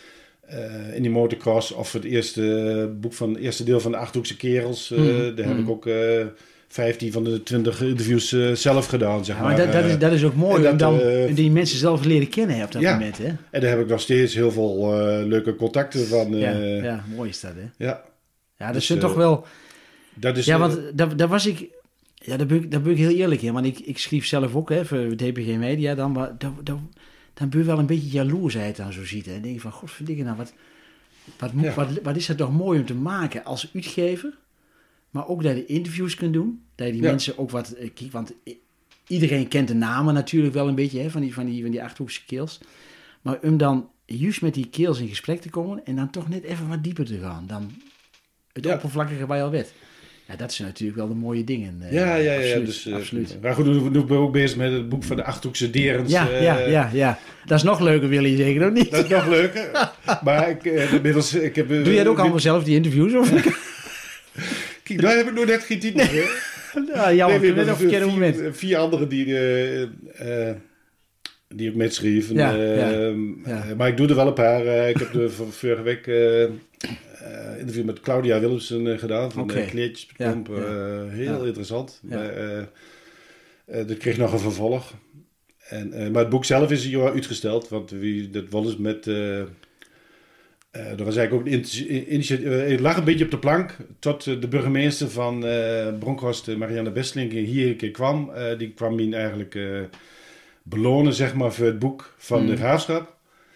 in die motocross of het eerste boek van het eerste deel van de Achterhoekse Kerels. Uh, mm. Daar mm. heb ik ook uh, vijftien van de twintig interviews uh, zelf gedaan. Zeg ja, maar. maar dat, dat, is, dat is ook mooi om dan uh, die mensen zelf leren kennen hè, op dat ja. moment. Hè? En daar heb ik nog steeds heel veel uh, leuke contacten van. Uh, ja, ja, mooi is dat, hè? Ja. Ja, dat dus, zijn uh, toch wel... dat is... Ja, uh, want daar, daar was ik... Ja, daar ben ik, daar ben ik heel eerlijk in. Want ik, ik schreef zelf ook, hè, voor D P G Media dan. Maar daar, daar, dan ben je wel een beetje jaloersheid aan zo ziet. Hè. Dan denk je van, godverdikke nou, wat, wat, moet, Ja. wat, wat is dat toch mooi om te maken als uitgever. Maar ook dat je interviews kunt doen. Dat je die Ja. mensen ook wat... eh, Kijk, want i- iedereen kent de namen natuurlijk wel een beetje, hè, van die, van die, van die Achterhoekse Kills. Maar om dan juist met die Kills in gesprek te komen en dan toch net even wat dieper te gaan dan het Ja. oppervlakkige waar je al werd. Ja, dat zijn natuurlijk wel de mooie dingen. eh, Ja, ja, ja. absoluut, Dus, uh, absoluut. Maar goed, nu nu ben ik ook bezig met het boek van de Achterhoekse Derens. Ja, uh, ja, ja, ja. Dat is nog leuker, Willy, zeker of niet? Dat is nog leuker. Maar ik, uh, inmiddels... Ik heb, uh, Doe jij ook allemaal zelf die interviews? Of? Kijk, daar heb ik nog net geen titel voor. Ja, jammer, Nee, ik ben nee, op het verkeerde moment. vier, vier anderen die, uh, uh, die ik metschreef. Ja, uh, ja, uh, ja. Maar ik doe er wel een paar. Uh, ik heb de v- vorige week uh, uh, interview met Claudia Willemsen uh, gedaan van Oké. okay. Kleertjes. Ja, Uh, heel ja. interessant. Ja. Maar, uh, uh, dat kreeg nog een vervolg. En, uh, maar het boek zelf is een jaar uitgesteld. Want wie, dat was dus met... Uh, Uh, er was eigenlijk ook een initi- initiatief. Uh, het lag een beetje op de plank. Tot uh, de burgemeester van uh, Bronkhorst, uh, Marianne Bestelink, hier een keer kwam. Uh, die kwam me eigenlijk uh, belonen, zeg maar, voor het boek van Mm. de graafschap.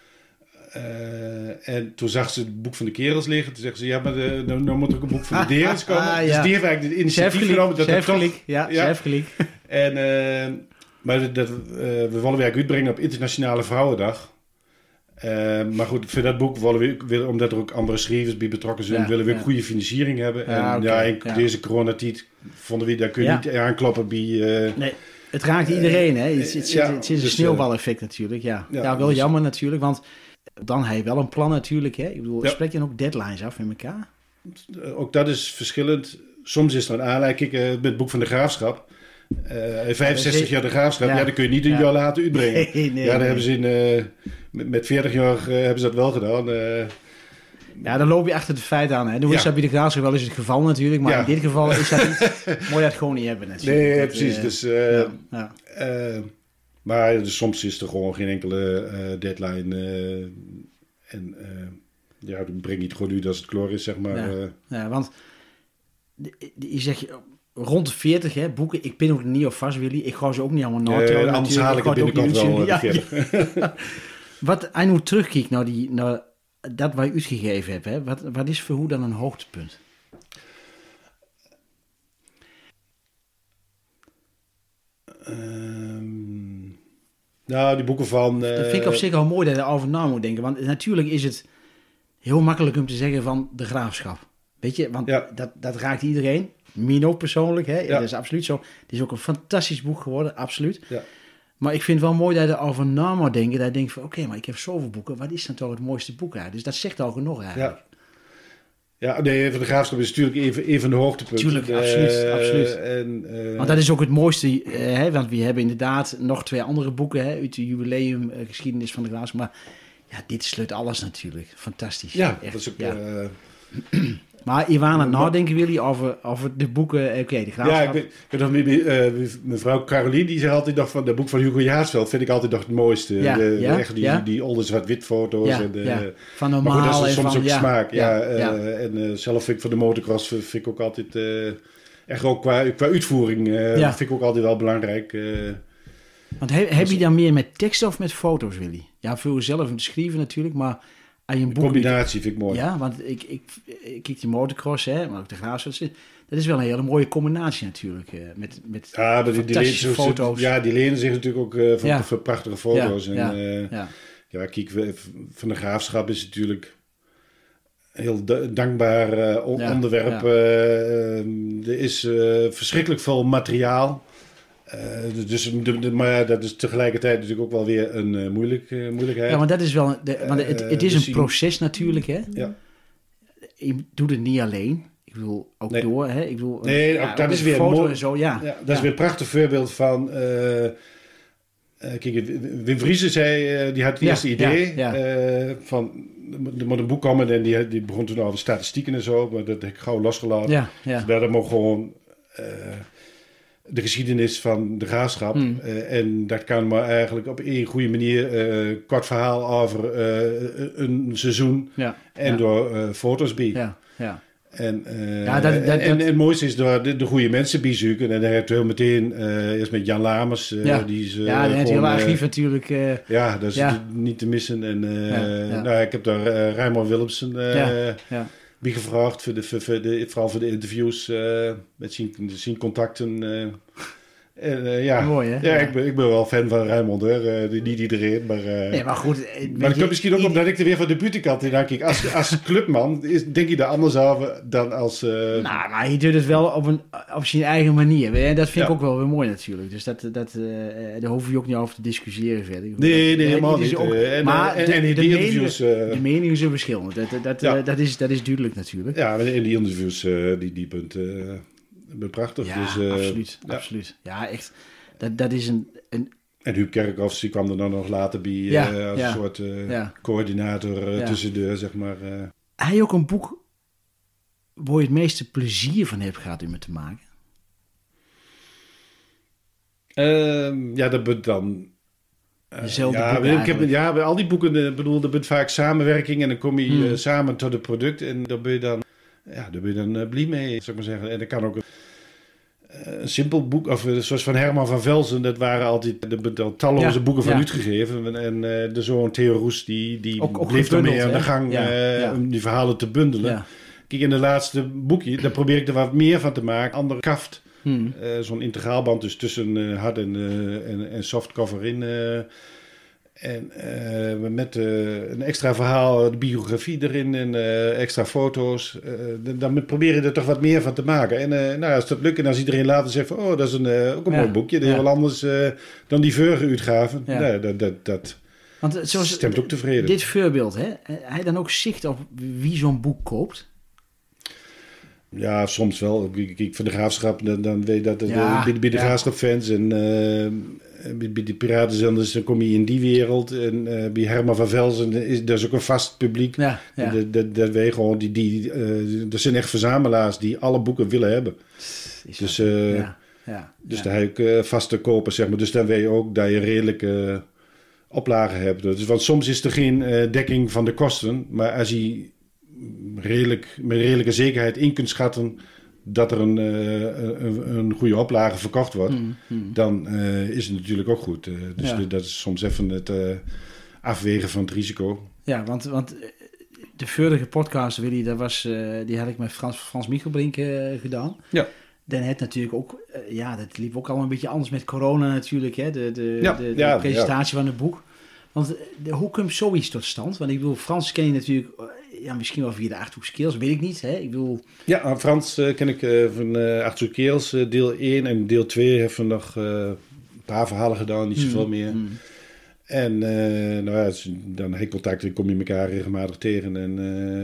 Uh, en toen zag ze het boek van de kerels liggen. Toen zegt ze, ja, maar de, nou, nou moet er ook een boek van de derens komen. Ah, Dus ja. die heeft eigenlijk het initiatief Chefgelijk, genomen. Dat het toch, chefgelijk, ja, ja. chefgelijk. En, uh, maar dat, uh, we willen werk uitbrengen op Internationale Vrouwendag. Uh, maar goed, voor dat boek willen we, willen, omdat er ook andere schrijvers bij betrokken zijn, Ja, willen we ja. een goede financiering hebben. Ja, en oké, ja, in ja. deze coronatijd vonden we, daar kun je Ja. niet aankloppen bij... Uh, Nee, het raakt iedereen, hè. Het, het, ja, het, het is een dus, sneeuwbaleffect natuurlijk, ja. Ja, ja, wel dus- jammer natuurlijk, want dan heb je wel een plan natuurlijk, hè. Ik bedoel, Ja. spreek je dan ook deadlines af met elkaar? uh, ook dat is verschillend. Soms is er een aanleiding. Kijk, uh, met het boek van de graafschap. Uh, vijfenzestig jaar de graafschap, ja. Ja. ja, dat kun je niet een Ja. jaar laten uitbrengen. Nee, nee, ja, daar nee. hebben ze in... Uh, met, met veertig jaar uh, hebben ze dat wel gedaan. Uh, Ja, dan loop je achter het feit aan, hè. Nu is Ja. dat bij de Graafschap wel eens het geval natuurlijk, maar Ja. in dit geval is dat niet... Moet je het gewoon niet hebben natuurlijk. nee, Dat, precies. eh, Dus, uh, ja, ja. Uh, maar dus soms is er gewoon geen enkele uh, deadline. Uh, en uh, ja, dan breng je het gewoon uit als het klaar is, zeg maar. Ja. Uh, Ja, want de- de- je zegt rond de veertig, hè, boeken. Ik ben ook niet op vast, Willy. Ik ga ze ook niet allemaal uh, natrouwen. anders natuurlijk. haal ik het ga ook binnenkort niet wel uh, uitzenden. verder. Ja, ja. Wat, als je nu terugkijkt naar, die, naar dat wat je uitgegeven hebt, hè, wat, wat is voor hoe dan een hoogtepunt? Um, nou, die boeken van... Uh, Dat vind ik op zich al mooi dat je erover na moet denken. Want natuurlijk is het heel makkelijk om te zeggen van de graafschap. Weet je, want Ja. dat, dat raakt iedereen. Mien ook persoonlijk, hè? Ja. Dat is absoluut zo. Het is ook een fantastisch boek geworden, absoluut. Ja. Maar ik vind het wel mooi dat je erover na moet denken. Dat je denkt van, oké, maar ik heb zoveel boeken. Wat is dan toch het mooiste boek uit? Dus dat zegt al genoeg eigenlijk. Ja. Ja, nee, van de graafschap is natuurlijk even, even de hoogtepunt. Tuurlijk, Uh, absoluut, absoluut. En, uh, Want dat is ook het mooiste, eh, hè? Want we hebben inderdaad nog twee andere boeken hè? Uit de jubileum eh, geschiedenis van de graafschap. Maar ja, dit sluit alles natuurlijk. Fantastisch. ja, Echt, dat is ook... ja. Uh, Maar je waren aan het nadenken, Willy, over, over de boeken. eh, Oké, de ja, graafschap. ik weet, ik weet nog, met, uh, mevrouw Caroline, die zegt altijd nog van... Het boek van Hugo Jaarsveld vind ik altijd nog het mooiste. Ja, de, ja, echt die, ja. die, die onder zwart-wit foto's. Ja, en de, ja. Van maar normaal goed, dat is en soms van... ook ja, smaak. Ja, ja, uh, ja. En uh, zelf vind ik van de motocross vind ik ook altijd... Uh, echt ook qua, qua uitvoering uh, Ja. vind ik ook altijd wel belangrijk. Uh, Want he, heb je dan meer met tekst of met foto's, Willy? Ja, voor jezelf om te schrijven natuurlijk, maar aan je een de boek... combinatie vind ik mooi. Ja, want ik, ik, ik kijk die motocross, hè, maar ook de graafschap. Dat is wel een hele mooie combinatie natuurlijk. eh, Met, met Ja, maar die, die lenen fantastische zich, foto's. ja, die lenen zich natuurlijk ook uh, voor, Ja. voor prachtige foto's. Ja, en, ja, uh, ja. ja, kijk, we- van de graafschap is natuurlijk een heel da- dankbaar uh, on- Ja, onderwerp. ja. Uh, um, er is uh, verschrikkelijk veel materiaal. Uh, dus, de, de, maar dat is tegelijkertijd natuurlijk ook wel weer een uh, moeilijk, uh, moeilijkheid. Ja, want dat is wel... een- De, want het, het is dus een je- proces natuurlijk, hè. Ja. Je doet het niet alleen. Ik bedoel, ook Nee. door, hè. Ik bedoel, Nee, ja, ook dat met is weer foto mooi. en zo, ja. Ja, dat is weer een prachtig voorbeeld van... uh, uh, kijk, Wim Vriesen zei, uh, die had het Ja, eerste idee ja, ja. uh, van... Er moet een boek komen en die, die begon toen over statistieken en zo, maar dat heb ik gauw losgelaten. Ja, ja. Dus daar mocht gewoon uh, de geschiedenis van de graafschap. Hmm. Uh, en dat kan maar eigenlijk op een goede manier, uh, kort verhaal over uh, een seizoen Ja, en ja. door uh, foto's bij. Ja, ja. En, uh, ja, dat, dat, en, en, dat... en het mooiste is door de, de goede mensen bijzoeken. En dan heb je heel meteen uh, eerst met Jan Lamers. Uh, ja. die is, uh, ja, dat hele archief uh, natuurlijk. Uh, ja, dat is ja. niet te missen. En uh, ja, ja. Nou, ik heb daar uh, Raymond Willemsen uh, ja, ja. bij gevraagd. Voor de, voor, voor de, vooral voor de interviews uh, met zijn, zijn contacten. Uh, En, uh, ja, mooi, hè? ja, ja. Ik, ben, ik ben wel fan van Raymond, hoor. Uh, niet iedereen, maar... Uh, nee, maar goed... Maar dat komt misschien ook omdat ik er weer van de buitenkant in denk ik. Als, als clubman is, denk je er anders over dan als... Uh... Nou, maar hij doet het wel op, een, op zijn eigen manier. En dat vind ja. ik ook wel weer mooi natuurlijk. Dus dat, dat, uh, daar hoeven we ook niet over te discussiëren verder. Nee, nee, helemaal niet. Ook, uh, en, maar en, de, en in de, die meningen, interviews... Uh... de meningen zijn verschillend. Dat, dat, ja. uh, dat, is, dat is duidelijk natuurlijk. Ja, in die interviews, uh, die, die punt... Uh, prachtig. Ja, dus, uh, absoluut. Ja. absoluut. Ja, echt... Dat, dat is een, een... En Huub Kerkhoffs, die kwam er dan nog later bij uh, ja, als ja, een soort uh, ja. coördinator uh, ja. tussendoor, zeg maar. Uh. Hij ook een boek waar je het meeste plezier van hebt gehad om het te maken? Uh, ja, dat ben dan... Uh, Dezelfde ja, boeken ik heb, ja, bij al die boeken, uh, bedoel, er bent vaak samenwerking en dan kom je hmm. uh, samen tot het product en daar ben je dan, ja, daar ben je dan uh, blij mee, zou ik maar zeggen. En dat kan ook... Een simpel boek, of zoals van Herman van Velzen, dat waren altijd de talloze ja, boeken van ja. uitgegeven. En uh, de zoon Theo Roes, die, die ook, ook bleef ermee aan de gang ja, uh, ja. om die verhalen te bundelen. Ja. Kijk, in de laatste boekje, daar probeer ik er wat meer van te maken. Andere kaft, hmm. uh, zo'n integraalband dus tussen uh, hard en, uh, en, en softcover in. Uh, En uh, met uh, een extra verhaal, de biografie erin en uh, extra foto's. Uh, dan probeer je er toch wat meer van te maken. En uh, nou, als dat lukt en als iedereen later zegt van... oh, dat is een, uh, ook een ja. mooi boekje. Dat is ja. wel anders uh, dan die vorige uitgaven. Ja. Nou, dat dat, dat Want, zoals, stemt ook tevreden. Dit voorbeeld, hè? Hij dan ook zicht op wie zo'n boek koopt? Ja, soms wel. Kijk, van de Graafschap, dan, dan weet je dat... Ja, bij de, de ja. Graafschap-fans en... Uh, bij de piratenzenders, dan kom je in die wereld. En uh, bij Herman van Velzen is dat is ook een vast publiek. Ja, ja. Dat, dat, dat wij gewoon, die, die, uh, dat zijn echt verzamelaars die alle boeken willen hebben. Is dus uh, ja, ja, dus ja. daar heb ik uh, vaste kopen, zeg maar. Dus dan weet je ook dat je redelijke uh, oplagen hebt. Dus, want soms is er geen uh, dekking van de kosten. Maar als je redelijk, met redelijke zekerheid in kunt schatten... dat er een, uh, een, een goede oplage verkocht wordt, mm, mm. dan uh, is het natuurlijk ook goed. Uh, dus ja. de, dat is soms even het uh, afwegen van het risico. Ja, want, want de vorige podcast, Willy, dat was, uh, die had ik met Frans, Frans Michelbrink uh, gedaan. Ja. Dan het natuurlijk ook, uh, ja, dat liep ook al een beetje anders met corona natuurlijk, hè, de, de, ja, de, de ja, presentatie ja. van het boek. Want de, hoe komt zoiets tot stand? Want ik bedoel, Frans ken je natuurlijk... Ja, misschien wel via de Achterhoekse Keels, weet ik niet. Hè? Ik bedoel... Ja, Frans uh, ken ik uh, van uh, Achterhoekse Keels, uh, deel één en deel twee hebben we nog uh, een paar verhalen gedaan, niet zoveel mm, meer. Mm. En uh, nou ja, dan heb je contact en kom je elkaar regelmatig tegen. En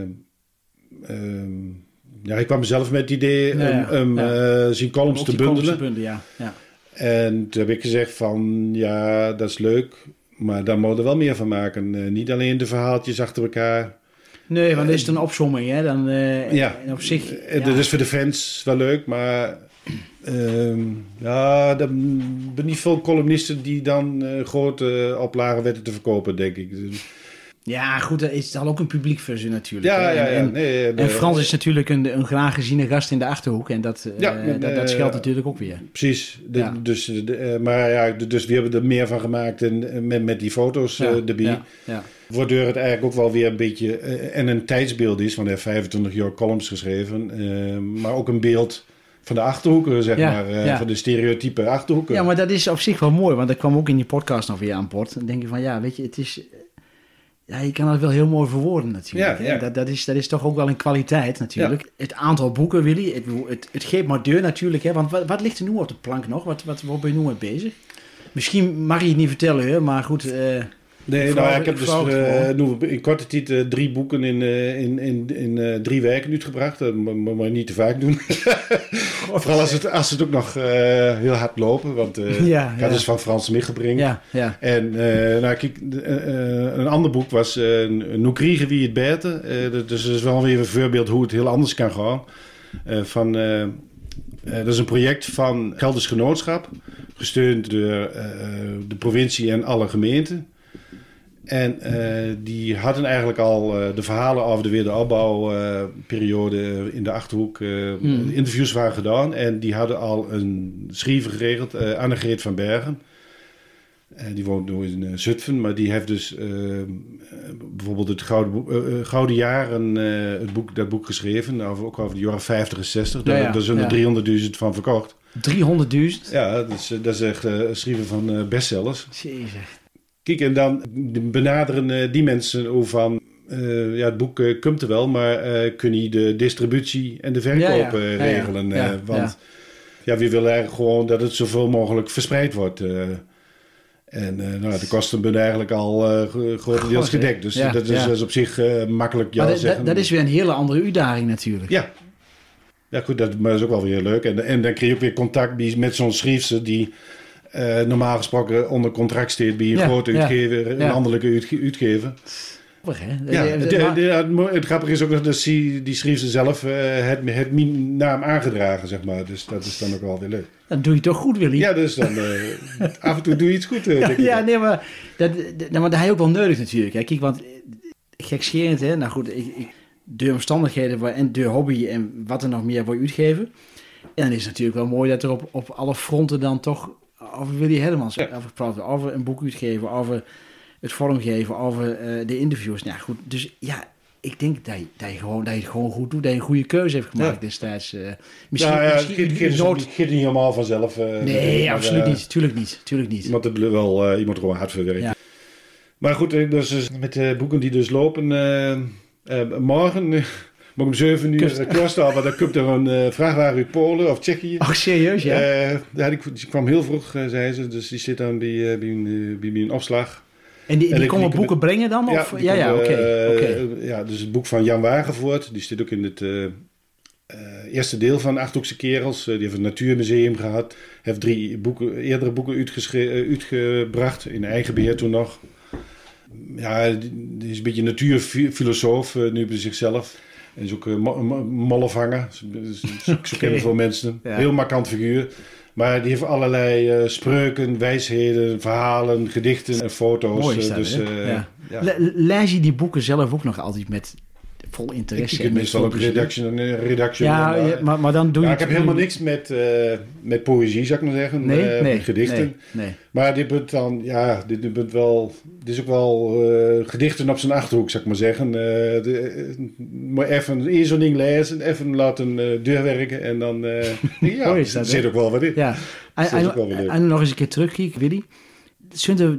uh, um, ja, ik kwam mezelf met het idee ja, ja, om ja. uh, zijn columns te bundelen. bundelen ja. Ja. En toen heb ik gezegd van, ja, dat is leuk, maar daar moeten we er wel meer van maken. Uh, niet alleen de verhaaltjes achter elkaar... Nee, want dat is een opsomming, hè? Dan, uh, ja, op zich, ja. Dat is voor de fans wel leuk, maar uh, ja, er zijn niet veel columnisten die dan uh, grote oplagen weten te verkopen, denk ik. Ja, goed, dat is dan ook een publiek voor ze natuurlijk. Ja, ja, ja. En, nee, en Frans is natuurlijk een, een graag geziene gast in de Achterhoek en dat, ja, uh, dat, dat scheelt natuurlijk ook weer. Precies, de, ja. dus, de, uh, maar ja, dus we hebben er meer van gemaakt en, met, met die foto's uh, ja, erbij. Ja, ja. Waardoor het eigenlijk ook wel weer een beetje... Uh, en een tijdsbeeld is, want hij heeft vijfentwintig jaar columns geschreven. Uh, maar ook een beeld van de Achterhoeken, zeg ja, maar. Uh, ja. Van de stereotype Achterhoeken. Ja, maar dat is op zich wel mooi. Want dat kwam ook in die podcast nog weer aan bod. Dan denk je van, ja, weet je, het is... Ja, je kan dat wel heel mooi verwoorden natuurlijk. Ja, ja. Dat, dat, is, dat is toch ook wel een kwaliteit natuurlijk. Ja. Het aantal boeken, Willy, het, het, het geeft maar deur natuurlijk. Hè, want wat, wat ligt er nu op de plank nog? Wat, wat, wat ben je nu mee bezig? Misschien mag je het niet vertellen, hè, maar goed... Uh, Nee, nou, ik heb dus uh, in korte tijd uh, drie boeken in, uh, in, in, in uh, drie weken uitgebracht. Dat moet maar niet te vaak doen. Vooral als het, als het ook nog uh, heel hard lopen. Want uh, ja, ik had ja. dus van Frans Michelbrink. Ja, ja. En uh, nou, kijk, uh, uh, een ander boek was uh, Nu kriegen wie het beter. Uh, dus dat is wel weer een voorbeeld hoe het heel anders kan gaan. Uh, van... Uh, Uh, dat is een project van Gelders Genootschap, gesteund door uh, de provincie en alle gemeenten. En uh, die hadden eigenlijk al uh, de verhalen over de wederopbouwperiode uh, in de Achterhoek. Uh, mm. Interviews waren gedaan. En die hadden al een schrijver geregeld, uh, Annegreet van Bergen. Uh, die woont nu in uh, Zutphen. Maar die heeft dus uh, bijvoorbeeld het Gouden, boek, uh, Gouden Jaren, uh, het boek, dat boek geschreven. Over, ook over de jaren vijftig en zestig. Daar, ja, ja, daar zijn er ja. driehonderdduizend van verkocht. driehonderdduizend? Ja, dat is, dat is echt uh, een schrijver van uh, bestsellers. Jezus. Kijk, en dan benaderen uh, die mensen over van... Uh, ja, het boek uh, komt er wel, maar uh, kun je de distributie en de verkoop ja, ja. Uh, regelen? Ja, ja. Uh, want ja. ja, we willen eigenlijk gewoon dat het zoveel mogelijk verspreid wordt. Uh, en uh, nou, de kosten zijn eigenlijk al uh, grotendeels gedekt. Dus ja, dat, is, ja. dat is op zich uh, makkelijk ja maar zeggen. Dat is weer een hele andere uitdaging natuurlijk. Ja, ja goed, dat, maar dat is ook wel weer leuk. En, en dan krijg je ook weer contact met zo'n schrijfster die... Uh, normaal gesproken onder contract staat bij een ja, grote uitgever, ja, een ja. landelijke uitge- uitgever. Hè? Ja, de, de, de, de, het grappige is ook nog dat die, die schreef ze zelf uh, het, het naam aangedragen, zeg maar. Dus dat is dan ook wel weer leuk. Dan doe je toch goed, Willy? Ja, dus dan uh, af en toe doe je iets goed. Uh, ja, ja nee, maar dat, dat, maar dat heb je ook wel nodig natuurlijk. Hè. Kijk, want gekscherend, hè. Nou goed, ik, ik, de omstandigheden en de hobby en wat er nog meer voor je uitgeven. En dan is het natuurlijk wel mooi dat er op, op alle fronten dan toch... Over Willy Hermans, ja. over praten, over een boek uitgeven, over het vormgeven, over uh, de interviews. Nou goed, dus ja, ik denk dat je, dat je, gewoon, dat je het gewoon goed doet, dat je een goede keuze heeft gemaakt ja. destijds. Uh, misschien nou ja, misschien het gaat nood... niet helemaal vanzelf. Uh, nee, maar, absoluut uh, niet, tuurlijk niet, tuurlijk niet. Je moet er wel, uh, je moet er gewoon hard voor werken. Ja. Maar goed, dus met de boeken die dus lopen, uh, uh, morgen... Uh, Maar om zeven uur klooster, maar dan komt er een uh, vrachtwagen uit Polen of Tsjechië. Oh, serieus, ja? Uh, ja die, die kwam heel vroeg, uh, zei ze. Dus die zit dan bij, uh, bij, een, bij, bij een opslag. En die, en die komen boeken met, brengen dan? Of? Ja, ja, oké. Okay, uh, okay. uh, ja, dus het boek van Jan Wagevoort. Die zit ook in het uh, uh, eerste deel van Achterhoekse Kerels. Uh, die heeft een natuurmuseum gehad. Heeft drie boeken, eerdere boeken uitgeschre- uitgebracht. In eigen beheer toen nog. Ja, die is een beetje natuurfilosoof, uh, nu bij zichzelf. En is ook uh, mo- mo- mollevanger. Zo okay. kennen veel mensen. Ja. Heel markant figuur. Maar die heeft allerlei uh, spreuken, wijsheden, verhalen, gedichten en foto's. Mooi is dat, dus, uh, ja. Ja. Le- lees je die boeken zelf ook nog altijd met vol interesse? Ik heb meestal ook redactie. redactie ja, en, uh, ja, maar, maar dan doe ja, je... Ik heb helemaal niks met, uh, met poëzie, zou ik maar zeggen. Nee, uh, nee, met gedichten. Nee, nee. Maar dit bent dan, ja, dit bent wel... Dit is ook wel uh, gedichten op zijn Achterhoek, zou ik maar zeggen. Uh, de, uh, maar even eerst zo'n ding lezen, even laten uh, deurwerken en dan... Uh, ja, er dat, zit ook wel wat in. Ja. En, en, en nog eens een keer terugkijken, Willy. Zijn er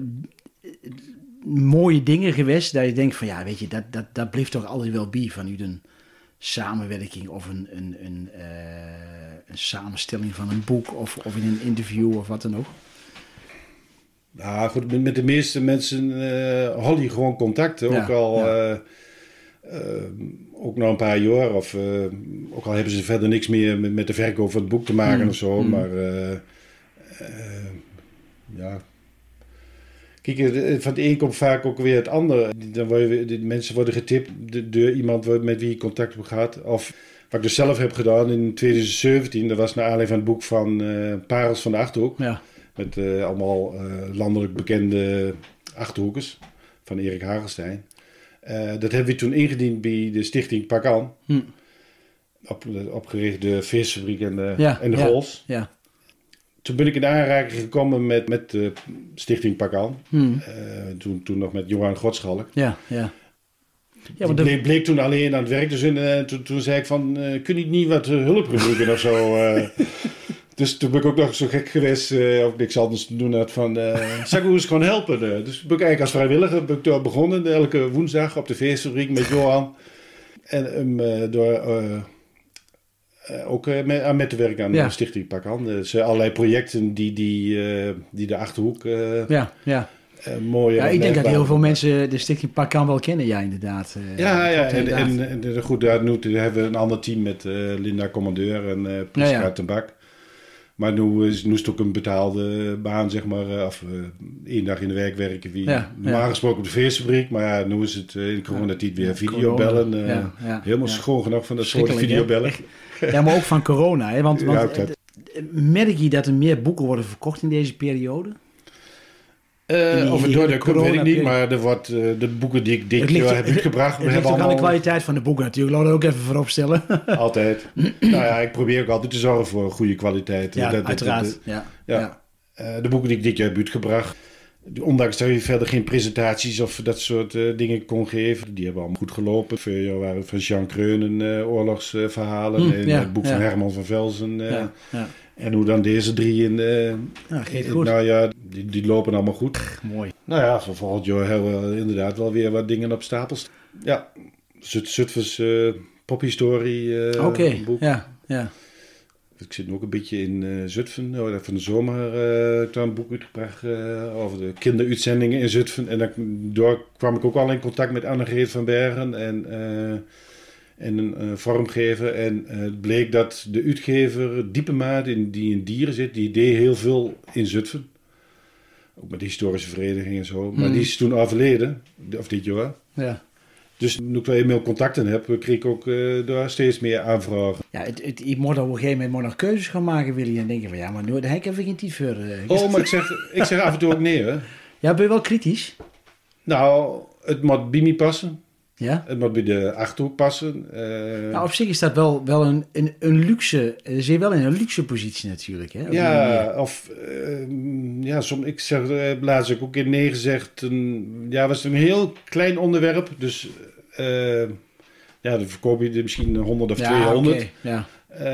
mooie dingen geweest dat je denkt van ja, weet je, dat, dat, dat bleef toch altijd wel bij van u een samenwerking of een, een, een, uh, een samenstelling van een boek of, of in een interview of wat dan ook? Nou goed, met, met de meeste mensen uh, had je gewoon contact. Ook ja, al ja. uh, uh, ook na een paar jaar. Of uh, ook al hebben ze verder niks meer met, met de verkoop van het boek te maken mm. of zo. Mm. Maar uh, uh, ja. Kijk, van het een komt vaak ook weer het andere. Dan worden de mensen worden getipt door iemand met wie je contact hebt gehad. Of wat ik dus zelf heb gedaan in twintig zeventien. Dat was naar aanleiding van het boek van uh, Parels van de Achterhoek. Ja. Met uh, allemaal uh, landelijk bekende Achterhoekers van Erik Hagelstein. Uh, dat hebben we toen ingediend bij de stichting Pakan. Hm. Op, opgericht de Visfabriek en de, ja, en de ja, Gols. Ja. Toen ben ik in aanraking gekomen met, met de stichting Pakan. Hm. Uh, toen, toen nog met Johan Godschalk. Ja, ja. Ja, maar de... bleek, bleek toen alleen aan het werk. Dus in, uh, toen, toen zei ik van, uh, kun je niet wat uh, hulp gebruiken of zo... Uh, Dus toen ben ik ook nog zo gek geweest, uh, of niks anders te doen had, van, uh, zou ik eens gewoon helpen? Uh. Dus ben ik eigenlijk als vrijwilliger ben ik door begonnen, elke woensdag op de Visfabriek met Johan. En um, uh, door uh, uh, ook uh, met, aan met te werken aan ja. de Stichting Pakan. Dus uh, allerlei projecten die, die, uh, die de Achterhoek uh, ja, ja. Uh, mooi... Ja, ik denk dat heel veel mensen de Stichting Pakan wel kennen, ja inderdaad. Uh, ja, ja en, en, en, en goed, daar hebben we een ander team met uh, Linda Commandeur en uh, Priska ja, ja. ten Bak. Maar nu is, nu is het ook een betaalde baan, zeg maar. Of uh, één dag in de week werken. Wie, ja, normaal ja. gesproken op de Visfabriek. Maar ja, nu is het uh, in de coronatijd weer videobellen. Uh, ja, ja, helemaal ja. schoon genoeg van dat soort videobellen. Ja, maar ook van corona. Hè? Want, want ja, merk je dat er meer boeken worden verkocht in deze periode? Uh, die, of het die door de corona weet ik niet, periode. maar er wordt, uh, de boeken die ik dit ligt, jaar heb uitgebracht... Het ligt ook aan de kwaliteit van de boeken natuurlijk. Laten we dat ook even voorop stellen. Altijd. Nou ja, ik probeer ook altijd te zorgen voor goede kwaliteit. Ja, dat, uiteraard. Dat, dat, ja, ja. ja. Uh, de boeken die ik dit jaar heb uitgebracht... Ondanks dat je verder geen presentaties of dat soort uh, dingen kon geven. Die hebben allemaal goed gelopen. Vorig jaar waren van Jean Kreunen uh, oorlogsverhalen. Uh, hm, en ja, het boek ja. van Herman van Velzen. Uh, Ja, ja. En hoe dan deze drie in... Uh, Ja, geeft goed. Nou ja, die, die lopen allemaal goed. Mooi. Nou ja, voor volgend jaar hebben we inderdaad wel weer wat dingen op stapels. Ja, Zut- Zutphens uh, pophistorie uh, Oké, boek. ja, ja. Ik zit nu ook een beetje in uh, Zutphen. Oh, van de zomer uh, heb ik daar een boek uitgebracht uh, over de kinderuitzendingen in Zutphen. En daardoor kwam ik ook al in contact met Annegreet van Bergen en, uh, en een uh, vormgever. En uh, het bleek dat de uitgever Diepema, die, die in Dieren zit, die deed heel veel in Zutphen. Ook met de historische vereniging en zo. Maar Mm. die is toen overleden, of dit jaar. ja. Dus nu ik wel eenmaal contacten heb, kreeg ik ook uh, daar steeds meer aanvragen. Ja, het, het, je moet op een gegeven moment nog keuzes gaan maken, Willy. En denken van, ja, maar nu, daar heb ik even geen tijd voor. uh. Oh, maar ik zeg, ik zeg af en toe ook nee, hè. Ja, ben je wel kritisch? Nou, het moet bij mij passen. Ja? Het moet bij de Achterhoek passen. Uh, Nou, op zich is dat wel, wel een, een, een luxe... Er zit wel in een luxe positie natuurlijk, hè? Op die manier. ja, of... Uh, ja, soms, ik zeg, uh, laatst ook in neergezegd... Een, ja, was een heel klein onderwerp. Dus... Uh, ja, dan verkoop je er misschien honderd of Ja, tweehonderd. oké, ja.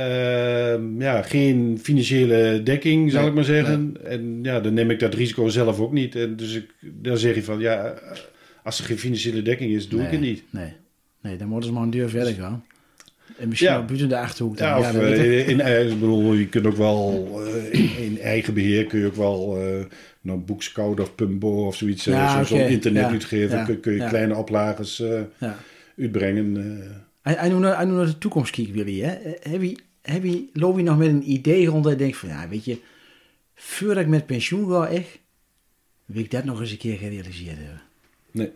Uh, ja, geen financiële dekking, zal Nee, ik maar zeggen. En ja, dan neem ik dat risico zelf ook niet. En dus ik, dan zeg je van, ja... Als er geen financiële dekking is, doe nee, ik het niet. Nee, nee, dan moeten ze maar een deur verder gaan. En misschien Ja. wel buiten de Achterhoek. Dan. Ja, Ja, of dat weet ik. uh, in, uh, ik bedoel, je kunt ook wel uh, in, in eigen beheer kun je ook wel uh, nou, Boekscout of Pumbo of zoiets, uh, Ja, zo, zo'n oké. internet Ja. uitgeven, Ja. kun, kun je Ja. kleine oplages uh, Ja. uitbrengen. Uh. Hij, hij doet naar, hij doet naar de toekomst kijken, Willy. Hè? Heb je, heb je, loop je nog met een idee rond dat je denkt van, ja, weet je, voordat ik met pensioen ga, echt, wil ik dat nog eens een keer gerealiseerd hebben? Nee.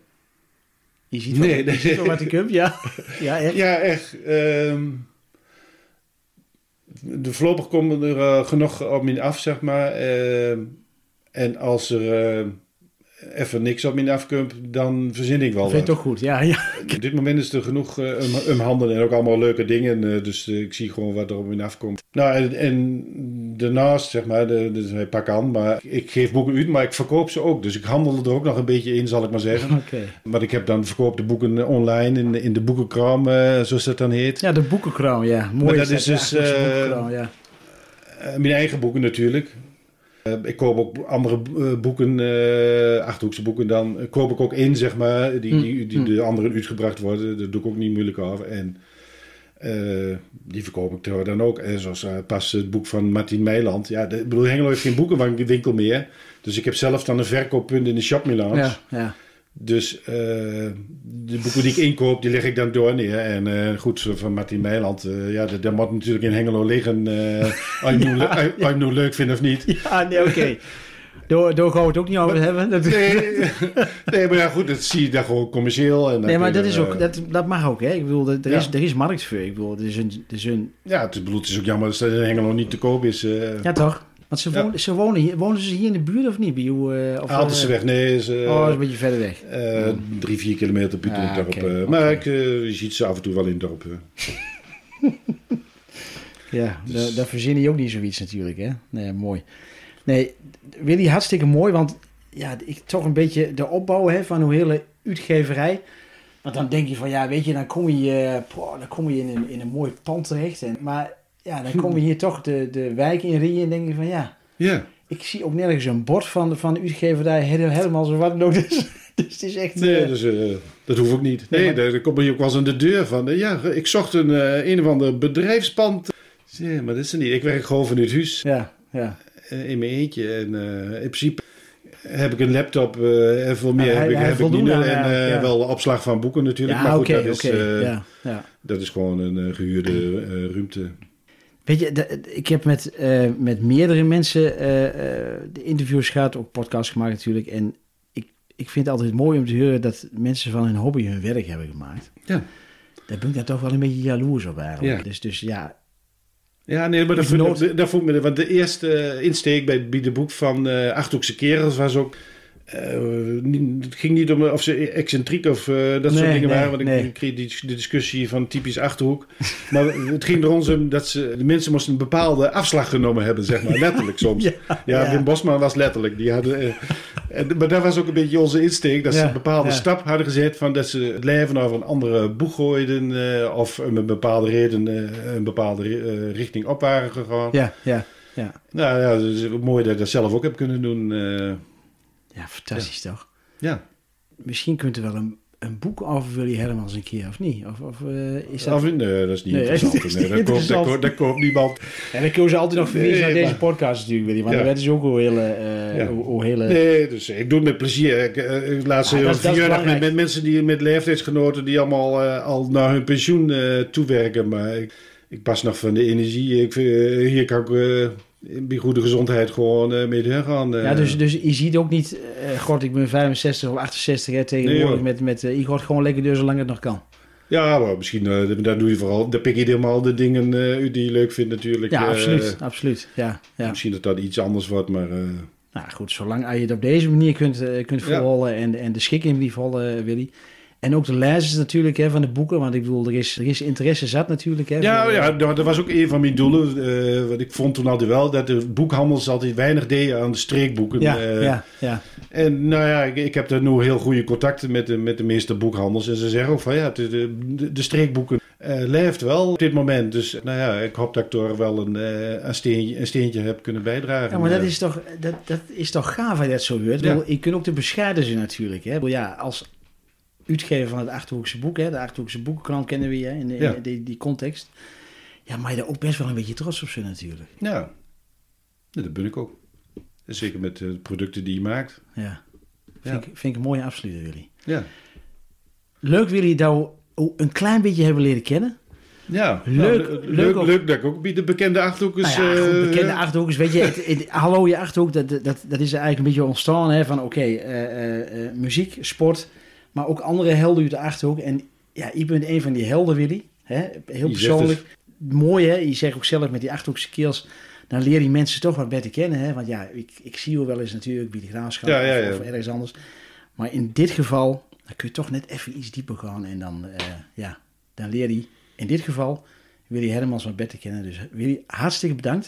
Je ziet wel, Nee, je nee. ziet wel wat ik heb, ja. Ja, echt. Ja, echt. Um, de voorlopig komen er uh, genoeg op me af, zeg maar. Uh, en als er uh, even niks op me afkomt, dan verzin ik wel Dat vind je wat. toch goed, ja. ja. Op dit moment is er genoeg uh, um, um handen en ook allemaal leuke dingen. Uh, dus uh, ik zie gewoon wat er op me afkomt. Nou, en, en daarnaast, zeg maar, de, dus hij pak aan. Maar ik geef boeken uit, maar ik verkoop ze ook. Dus ik handel er ook nog een beetje in, zal ik maar zeggen. Oké. Okay. Maar ik heb dan verkoopte boeken online in, in de boekenkraam, uh, zoals dat dan heet. Ja, de boekenkraam, ja. Mooi Maar dat is is dat, dus, ja, dat is een uh, boekenkraam, ja. Uh, mijn eigen boeken natuurlijk. Uh, ik koop ook andere uh, boeken, uh, Achterhoekse boeken dan, uh, koop ik ook in, zeg maar, die, die, die de anderen uitgebracht worden. Daar doe ik ook niet moeilijk over. En uh, die verkoop ik er dan ook. En zoals uh, pas het boek van Martin Meiland. Ja, de, ik bedoel, Hengelo heeft geen boekenwinkel meer. Dus ik heb zelf dan een verkooppunt in de Shop Milan. Ja, ja. Dus uh, de boeken die ik inkoop, die leg ik dan door neer. En uh, goed, van Martin Meiland, uh, ja, dat, dat moet natuurlijk in Hengelo liggen. Uh, als je hem ja, ja. nou leuk vindt of niet. Ja, nee, oké. Okay. Door, door gaan we het ook niet over maar, hebben. Dat... Nee, nee, maar ja, goed, dat zie je dan gewoon commercieel. En nee, maar dat, er, is ook, dat, dat mag ook, hè. Ik bedoel, er, ja. is, er is markt voor. Ik bedoel, er is een... Er is een... Ja, het, bedoel, het is ook jammer dat het in Hengelo niet te koop is. Uh... Ja, toch? Want ze, wonen, ja. ze wonen hier. Wonen ze hier in de buurt of niet? Bij jou, uh, Aaltenseweg, nee. Is, uh, oh, dat is een beetje verder weg. Uh, oh. Drie, vier kilometer buiten het dorp. Okay, uh, okay. Maar ik, uh, je ziet ze af en toe wel in het dorp. Uh. Ja, dus... daar, daar verzinnen je ook niet zoiets natuurlijk, hè? Nee, mooi. Nee, Willy, hartstikke mooi, want ja, ik toch een beetje de opbouw hè, van hoe hele uitgeverij. Want dan denk je van, ja, weet je, dan kom je, poh, dan kom je in een, in een mooi pand terecht. En, maar ja, dan kom je hier toch de, de wijk in Rieën en denk je van, ja, yeah. ik zie ook nergens een bord van, van de uitgeverij helemaal zo wat dan ook. Dus, dus het is echt... Nee, uh... dus, uh, dat hoeft ook niet. Nee, nee maar... daar kom je ook wel eens aan de deur van. Uh, ja, ik zocht een, uh, een of ander bedrijfspand. Ja, maar dat is er niet. Ik werk gewoon van het huis. Ja, ja. Uh, in mijn eentje. En uh, in principe heb ik een laptop uh, en veel meer ja, hij, heb ik, heb ik niet. En uh, ja. wel opslag van boeken natuurlijk. Ja, maar goed, okay, dat, is, okay. uh, ja, ja. dat is gewoon een uh, gehuurde uh, ruimte. Weet je, de, ik heb met, uh, met meerdere mensen uh, uh, de interviews gehad, ook podcasts gemaakt natuurlijk. En ik, ik vind het altijd mooi om te horen dat mensen van hun hobby hun werk hebben gemaakt. Ja. Daar ben ik daar toch wel een beetje jaloers op eigenlijk. Ja. Dus, dus ja... Ja, nee, maar dat vond, dat vond me... Want de eerste insteek bij, bij de boek van uh, Achterhoekse Kerels was ook... Uh, niet, het ging niet om of ze excentriek of uh, dat nee, soort dingen nee, waren. Want nee. ik, ik kreeg die, de discussie van typisch Achterhoek. Maar het ging er ons om dat ze, de mensen moesten een bepaalde afslag genomen hebben, zeg maar. Letterlijk soms. ja, ja, ja, Wim Bosman was letterlijk. Die hadden, uh, en, maar dat was ook een beetje onze insteek. Dat ja, ze een bepaalde ja. stap hadden gezet. Van dat ze het leven over een andere boeg gooiden. Uh, of met een bepaalde reden uh, een bepaalde uh, richting op waren gegaan. Ja, ja, ja. Nou ja, het is mooi dat ik dat zelf ook heb kunnen doen. Uh, Ja, fantastisch ja. toch? Ja. Misschien kunt u wel een, een boek over Willy Hermans een keer, of niet? Of, of uh, is dat... Of, nee, dat is niet nee, interessant. Is nee, dat, koopt, dat, koopt, dat koopt niemand. En dan kunnen ze altijd nog verwijzen nee, naar deze maar... podcast natuurlijk, Willy. Want ja. dat is ook een hele... Uh, ja. o, hele... Nee, dus ik doe het met plezier. Ik, uh, ik laat ze ja, verjaardag met, met mensen die met leeftijdsgenoten die allemaal uh, al naar hun pensioen uh, toewerken. Maar ik, ik pas nog van de energie. Ik, uh, hier kan ik... Uh, bij goede gezondheid gewoon uh, mee doorgaan. Uh. Ja, dus, dus je ziet ook niet... Uh, God, ik ben vijfenzestig of achtenzestig hè, tegenwoordig nee, met... met uh, je gaat gewoon lekker door zolang het nog kan. Ja, maar misschien... Uh, daar doe je vooral... Daar pik je helemaal de dingen uh, die je leuk vindt natuurlijk. Ja, uh, absoluut. absoluut. Ja, ja. Misschien dat dat iets anders wordt, maar... Uh... Nou goed, zolang je het op deze manier kunt, uh, kunt volhouden... Ja. En, en de schik in blijft houden, Willy... En ook de lezers natuurlijk hè, van de boeken. Want ik bedoel, er is, er is interesse zat natuurlijk. Hè, ja, voor, ja, dat was ook een van mijn doelen. Uh, wat ik vond toen altijd wel. Dat de boekhandels altijd weinig deden aan de streekboeken. Ja, uh, ja, ja. En nou ja, ik, ik heb daar nu heel goede contacten met de, met de meeste boekhandels. En ze zeggen ook van ja, de, de, de streekboeken uh, leeft wel op dit moment. Dus nou ja, ik hoop dat ik er wel een, uh, een, steentje, een steentje heb kunnen bijdragen. Ja, maar dat is toch, dat, dat is toch gaaf als je dat zo hoort. Ja. Je kunt ook de bescheiden zijn natuurlijk. Hè. Ja, als... uitgever van het Achterhoekse boek, hè? De Achterhoekse boekenkrant kennen we je in, de, ja. in die, die context. Ja, maar je daar ook best wel een beetje trots op zijn natuurlijk. Ja, ja dat ben ik ook. Zeker met de producten die je maakt. Ja, vind, ja. Ik, vind ik een mooie afsluiter, Willy. Ja. Leuk, Willy, dat we een klein beetje hebben leren kennen. Ja, leuk, nou, leuk, leuk, leuk dat ik ook bij de bekende Achterhoekers... Nou ja, goed, uh, bekende Achterhoekers, weet je, het, het, hallo je Achterhoek, dat, dat, dat is eigenlijk een beetje ontstaan, hè, van oké, okay, uh, uh, muziek, sport... Maar ook andere helden uit de Achterhoek. En ja, je bent een van die helden, Willy. Hè? Heel je persoonlijk. Mooi, hè? Je zegt ook zelf met die Achterhoekse skills... dan leer je mensen toch wat beter kennen. Hè? Want ja, ik, ik zie je wel eens natuurlijk bij de Graafschap ja, ja, ja. Of, of ergens anders. Maar in dit geval, dan kun je toch net even iets dieper gaan. En dan, uh, ja, dan leer je in dit geval Willy Hermans wat beter kennen. Dus Willy, hartstikke bedankt.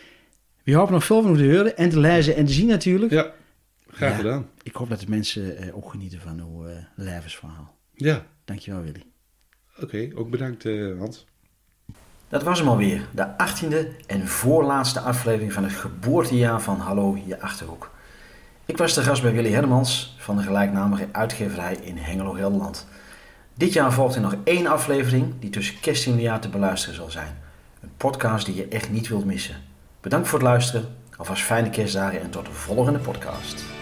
We hopen nog veel van u te horen en te lezen en te zien natuurlijk. Ja. Graag ja, gedaan. Ik hoop dat de mensen uh, ook genieten van uw uh, levensverhaal. Ja. Dankjewel, Willy. Oké, okay, ook bedankt, uh, Hans. Dat was hem alweer, de achttiende en voorlaatste aflevering van het geboortejaar van Hallo je Achterhoek. Ik was de gast bij Willy Hermans van de gelijknamige uitgeverij in Hengelo, Gelderland. Dit jaar volgt er nog één aflevering die tussen kerst en nieuwjaar te beluisteren zal zijn. Een podcast die je echt niet wilt missen. Bedankt voor het luisteren, alvast fijne kerstdagen en tot de volgende podcast.